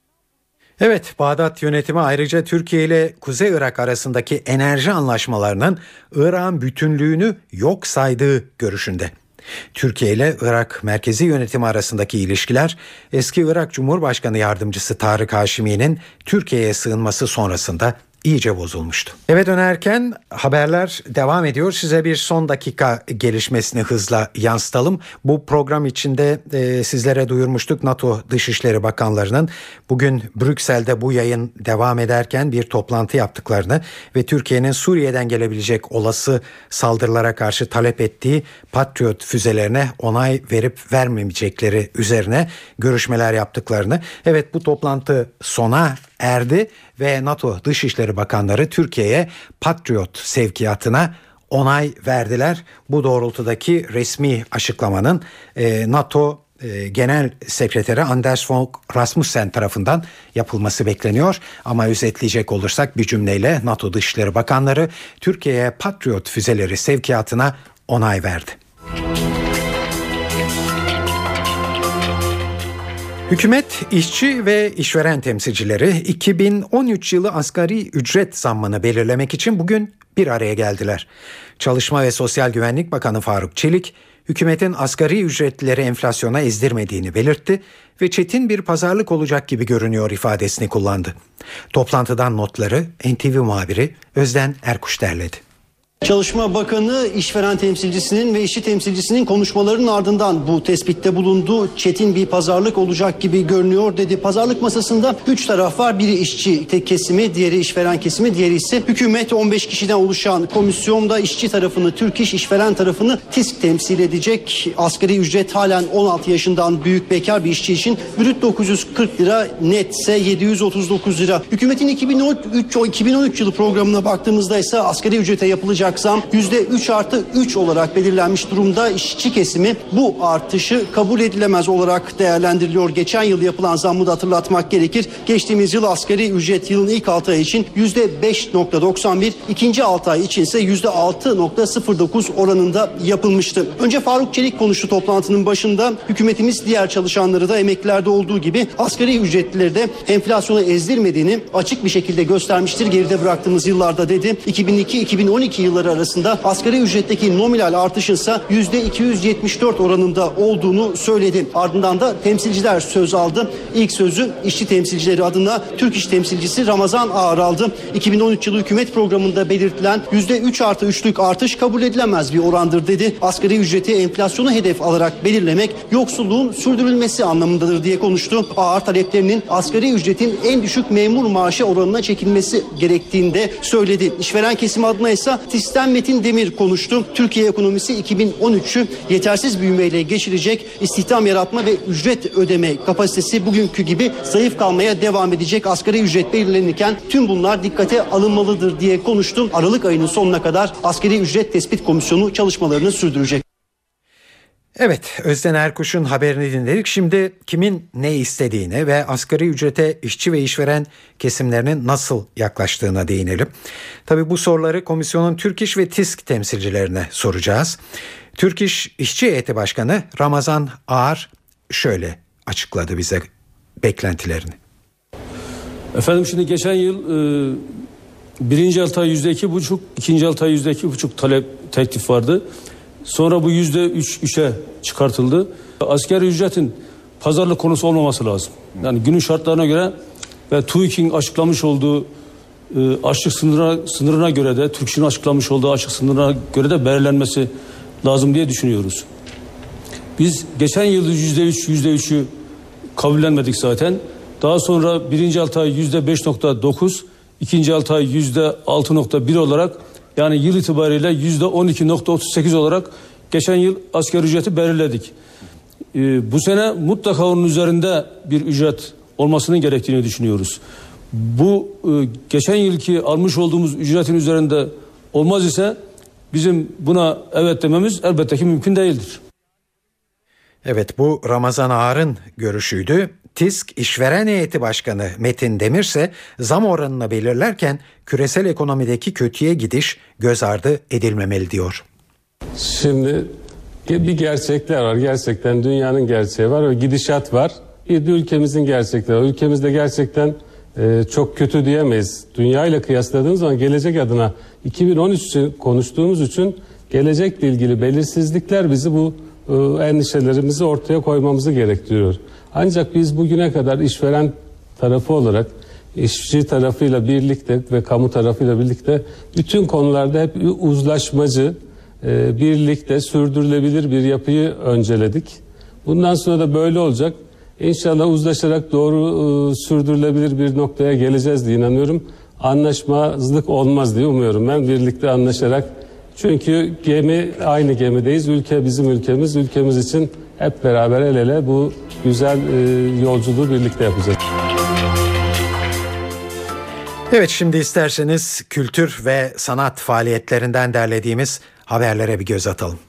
Speaker 2: Evet, Bağdat yönetimi ayrıca Türkiye ile Kuzey Irak arasındaki enerji anlaşmalarının Irak'ın bütünlüğünü yok saydığı görüşünde. Türkiye ile Irak merkezi yönetimi arasındaki ilişkiler eski Irak Cumhurbaşkanı Yardımcısı Tarık Haşimi'nin Türkiye'ye sığınması sonrasında iyice bozulmuştu. Eve dönerken haberler devam ediyor. Size bir son dakika gelişmesini hızla yansıtalım. Bu program içinde e, sizlere duyurmuştuk. NATO Dışişleri Bakanlarının bugün Brüksel'de bu yayın devam ederken bir toplantı yaptıklarını ve Türkiye'nin Suriye'den gelebilecek olası saldırılara karşı talep ettiği Patriot füzelerine onay verip vermeyecekleri üzerine görüşmeler yaptıklarını. Evet, bu toplantı sona erdi ve NATO Dışişleri Bakanları Türkiye'ye Patriot sevkiyatına onay verdiler. Bu doğrultudaki resmi açıklamanın e, NATO e, Genel Sekreteri Anders Fogh Rasmussen tarafından yapılması bekleniyor. Ama özetleyecek olursak bir cümleyle NATO Dışişleri Bakanları Türkiye'ye Patriot füzeleri sevkiyatına onay verdi. Hükümet, işçi ve işveren temsilcileri iki bin on üç yılı asgari ücret zammını belirlemek için bugün bir araya geldiler. Çalışma ve Sosyal Güvenlik Bakanı Faruk Çelik, hükümetin asgari ücretlileri enflasyona ezdirmediğini belirtti ve çetin bir pazarlık olacak gibi görünüyor ifadesini kullandı. Toplantıdan notları N T V muhabiri Özden Erkuş derledi.
Speaker 12: Çalışma Bakanı işveren temsilcisinin ve işçi temsilcisinin konuşmalarının ardından bu tespitte bulundu. Çetin bir pazarlık olacak gibi görünüyor dedi. Pazarlık masasında üç taraf var. Biri işçi kesimi, diğeri işveren kesimi, diğeri ise hükümet. on beş kişiden oluşan komisyonda işçi tarafını Türk İş, işveren tarafını TİSK temsil edecek. Asgari ücret halen on altı yaşından büyük bekar bir işçi için brüt dokuz yüz kırk lira, netse yedi yüz otuz dokuz lira. Hükümetin iki bin on üç, iki bin on üç yılı programına baktığımızda ise asgari ücrete yapılacak zam yüzde üç artı üç olarak belirlenmiş durumda. İşçi kesimi bu artışı kabul edilemez olarak değerlendiriliyor. Geçen yıl yapılan zammı da hatırlatmak gerekir. Geçtiğimiz yıl asgari ücret yılın ilk altı ayı için yüzde beş virgül doksan bir, ikinci altı ay için ise yüzde altı virgül sıfır dokuz oranında yapılmıştı. Önce Faruk Çelik konuştu toplantının başında. Hükümetimiz diğer çalışanları da emeklilerde olduğu gibi asgari ücretlileri de enflasyona ezdirmediğini açık bir şekilde göstermiştir geride bıraktığımız yıllarda dedi. iki bin iki iki bin on iki yılları arasında asgari ücretteki nominal artışın ise yüzde iki yüz yetmiş dört oranında olduğunu söyledi. Ardından da temsilciler söz aldı. İlk sözü işçi temsilcileri adına Türk İş temsilcisi Ramazan Ağar aldı. iki bin on üç yılı hükümet programında belirtilen yüzde üç artı üçlük artış kabul edilemez bir orandır dedi. Asgari ücreti enflasyonu hedef alarak belirlemek yoksulluğun sürdürülmesi anlamındadır diye konuştu. Ağar taleplerinin asgari ücretin en düşük memur maaşı oranına çekilmesi gerektiğini de söyledi. İşveren kesimi adına ise TİSK'ten Metin Demir konuştu. Türkiye ekonomisi iki bin on üçü yetersiz büyümeyle geçirecek. İstihdam yaratma ve ücret ödeme kapasitesi bugünkü gibi zayıf kalmaya devam edecek. Asgari ücret belirlenirken tüm bunlar dikkate alınmalıdır diye konuştu. Aralık ayının sonuna kadar Asgari Ücret Tespit Komisyonu çalışmalarını sürdürecek.
Speaker 2: Evet, Özden Erkuş'un haberini dinledik. Şimdi kimin ne istediğine ve asgari ücrete işçi ve işveren kesimlerinin nasıl yaklaştığına değinelim. Tabii bu soruları komisyonun Türk İş ve TİSK temsilcilerine soracağız. Türk İş İşçi Heyeti Başkanı Ramazan Ağar şöyle açıkladı bize beklentilerini.
Speaker 13: Efendim şimdi geçen yıl e, birinci altı ay yüzde iki buçuk, ikinci altı ay yüzde iki buçuk talep teklif vardı. Sonra bu yüzde üç, üçe çıkartıldı. Asgari ücretin pazarlık konusu olmaması lazım. Yani günün şartlarına göre ve TÜİK'in açıklamış olduğu e, açlık sınırına, sınırına göre de, TÜİK'in açıklamış olduğu açlık sınırına göre de belirlenmesi lazım diye düşünüyoruz. Biz geçen yıl yüzde üç, yüzde üçü kabullenmedik zaten. Daha sonra birinci altı ay yüzde beş virgül dokuz, ikinci altı ay yüzde altı virgül bir olarak, yani yıl itibariyle yüzde on iki virgül otuz sekiz olarak geçen yıl asgari ücreti belirledik. Ee, bu sene mutlaka onun üzerinde bir ücret olmasının gerektiğini düşünüyoruz. Bu e, geçen yılki almış olduğumuz ücretin üzerinde olmaz ise bizim buna evet dememiz elbette ki mümkün değildir.
Speaker 2: Evet, bu Ramazan Ağar'ın görüşüydü. TİSK İşveren Heyeti Başkanı Metin Demir ise zam oranını belirlerken küresel ekonomideki kötüye gidiş göz ardı edilmemeli diyor.
Speaker 14: Şimdi bir gerçekler var. Gerçekten dünyanın gerçeği var ve gidişat var. Bir de ülkemizin gerçekleri var. Ülkemizde gerçekten e, çok kötü diyemeyiz. Dünya ile kıyasladığımız zaman gelecek adına iki bin on üç için konuştuğumuz için gelecekle ilgili belirsizlikler bizi bu e, endişelerimizi ortaya koymamızı gerektiriyor. Ancak biz bugüne kadar işveren tarafı olarak işçi tarafıyla birlikte ve kamu tarafıyla birlikte bütün konularda hep uzlaşmacı, e, birlikte sürdürülebilir bir yapıyı önceledik. Bundan sonra da böyle olacak. İnşallah uzlaşarak doğru e, sürdürülebilir bir noktaya geleceğiz diye inanıyorum. Anlaşmazlık olmaz diye umuyorum ben, birlikte anlaşarak. Çünkü gemi, aynı gemideyiz. Ülke bizim ülkemiz. Ülkemiz için hep beraber el ele bu güzel e, yolculuğu birlikte yapacağız.
Speaker 2: Evet, şimdi isterseniz kültür ve sanat faaliyetlerinden derlediğimiz haberlere bir göz atalım.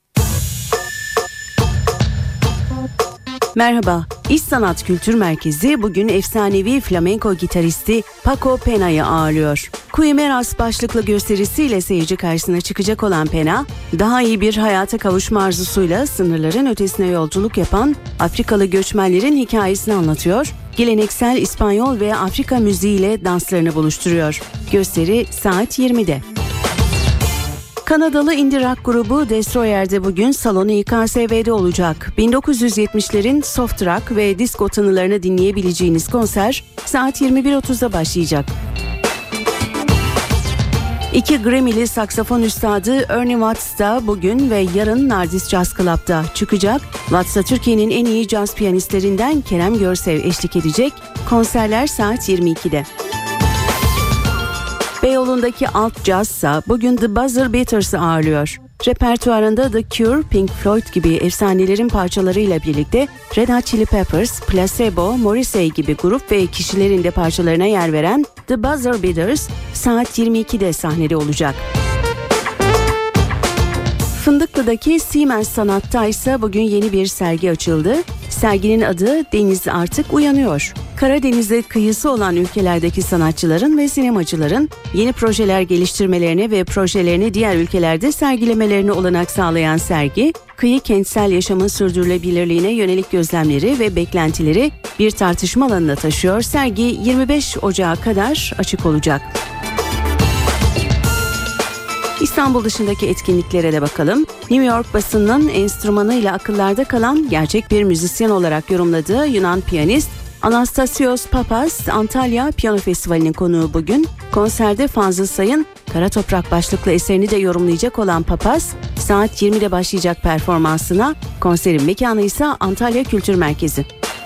Speaker 6: Merhaba, İş Sanat Kültür Merkezi bugün efsanevi flamenko gitaristi Paco Pena'yı ağırlıyor. Quimeras başlıklı gösterisiyle seyirci karşısına çıkacak olan Pena, daha iyi bir hayata kavuşma arzusuyla sınırların ötesine yolculuk yapan Afrikalı göçmenlerin hikayesini anlatıyor, geleneksel İspanyol ve Afrika müziğiyle danslarını buluşturuyor. Gösteri saat yirmide. Kanadalı indie rock grubu Destroyer'de bugün salonu İ K S V'de olacak. bin dokuz yüz yetmişlerin soft rock ve disco tınılarını dinleyebileceğiniz konser saat yirmi bir otuzda başlayacak. İki Grammy'li saksafon üstadı Ernie Watts da bugün ve yarın Nardis Jazz Club'da çıkacak. Watts'a Türkiye'nin en iyi caz piyanistlerinden Kerem Görsev eşlik edecek. Konserler saat yirmi ikide. Beyoğlu'ndaki Alt Jazz'sa bugün The Buzzer Beaters'ı ağırlıyor. Repertuarında The Cure, Pink Floyd gibi efsanelerin parçalarıyla birlikte Red Hot Chili Peppers, Placebo, Morrissey gibi grup ve kişilerin de parçalarına yer veren The Buzzer Beaters saat yirmi ikide sahnede olacak. Fındıklı'daki Siemens Sanat'ta ise bugün yeni bir sergi açıldı. Serginin adı Deniz Artık Uyanıyor. Karadeniz'e kıyısı olan ülkelerdeki sanatçıların ve sinemacıların yeni projeler geliştirmelerine ve projelerini diğer ülkelerde sergilemelerine olanak sağlayan sergi, kıyı kentsel yaşamın sürdürülebilirliğine yönelik gözlemleri ve beklentileri bir tartışma alanına taşıyor. Sergi yirmi beş Ocağı kadar açık olacak. İstanbul dışındaki etkinliklere de bakalım. New York basınının enstrümanıyla akıllarda kalan gerçek bir müzisyen olarak yorumladığı Yunan piyanist Anastasios Papas, Antalya Piyano Festivali'nin konuğu bugün. Konserde Fazıl Say'ın Kara Toprak başlıklı eserini de yorumlayacak olan Papas, saat yirmide başlayacak performansına, konserin mekanı ise Antalya Kültür Merkezi.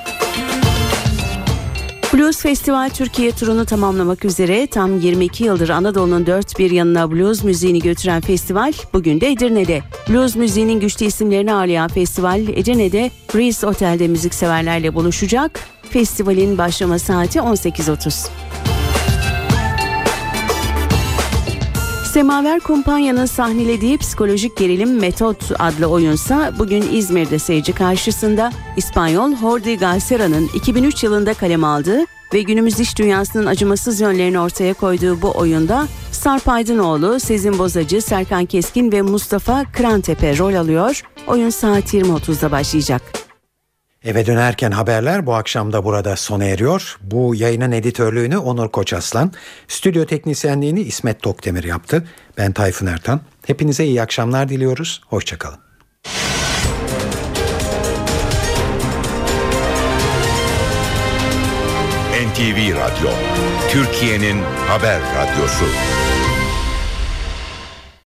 Speaker 6: Blues Festival Türkiye turunu tamamlamak üzere tam yirmi iki yıldır Anadolu'nun dört bir yanına blues müziğini götüren festival bugün de Edirne'de. Blues müziğinin güçlü isimlerini ağırlayan festival Edirne'de Breeze Otel'de müzikseverlerle buluşacak. Festivalin başlama saati on sekiz otuz. Semaver Kumpanya'nın sahnelediği psikolojik gerilim Metot adlı oyunsa bugün İzmir'de seyirci karşısında. İspanyol Jordi Galcera'nın iki bin üç yılında kaleme aldığı ve günümüz iş dünyasının acımasız yönlerini ortaya koyduğu bu oyunda Sarp Aydınoğlu, Sezin Bozacı, Serkan Keskin ve Mustafa Kırantepe rol alıyor. Oyun saat yirmi otuzda başlayacak.
Speaker 2: Eve dönerken haberler bu akşam da burada sona eriyor. Bu yayının editörlüğünü Onur Koçaslan, stüdyo teknisyenliğini İsmet Tokdemir yaptı. Ben Tayfun Ertan. Hepinize iyi akşamlar diliyoruz. Hoşçakalın.
Speaker 7: N T V Radyo, Türkiye'nin haber radyosu.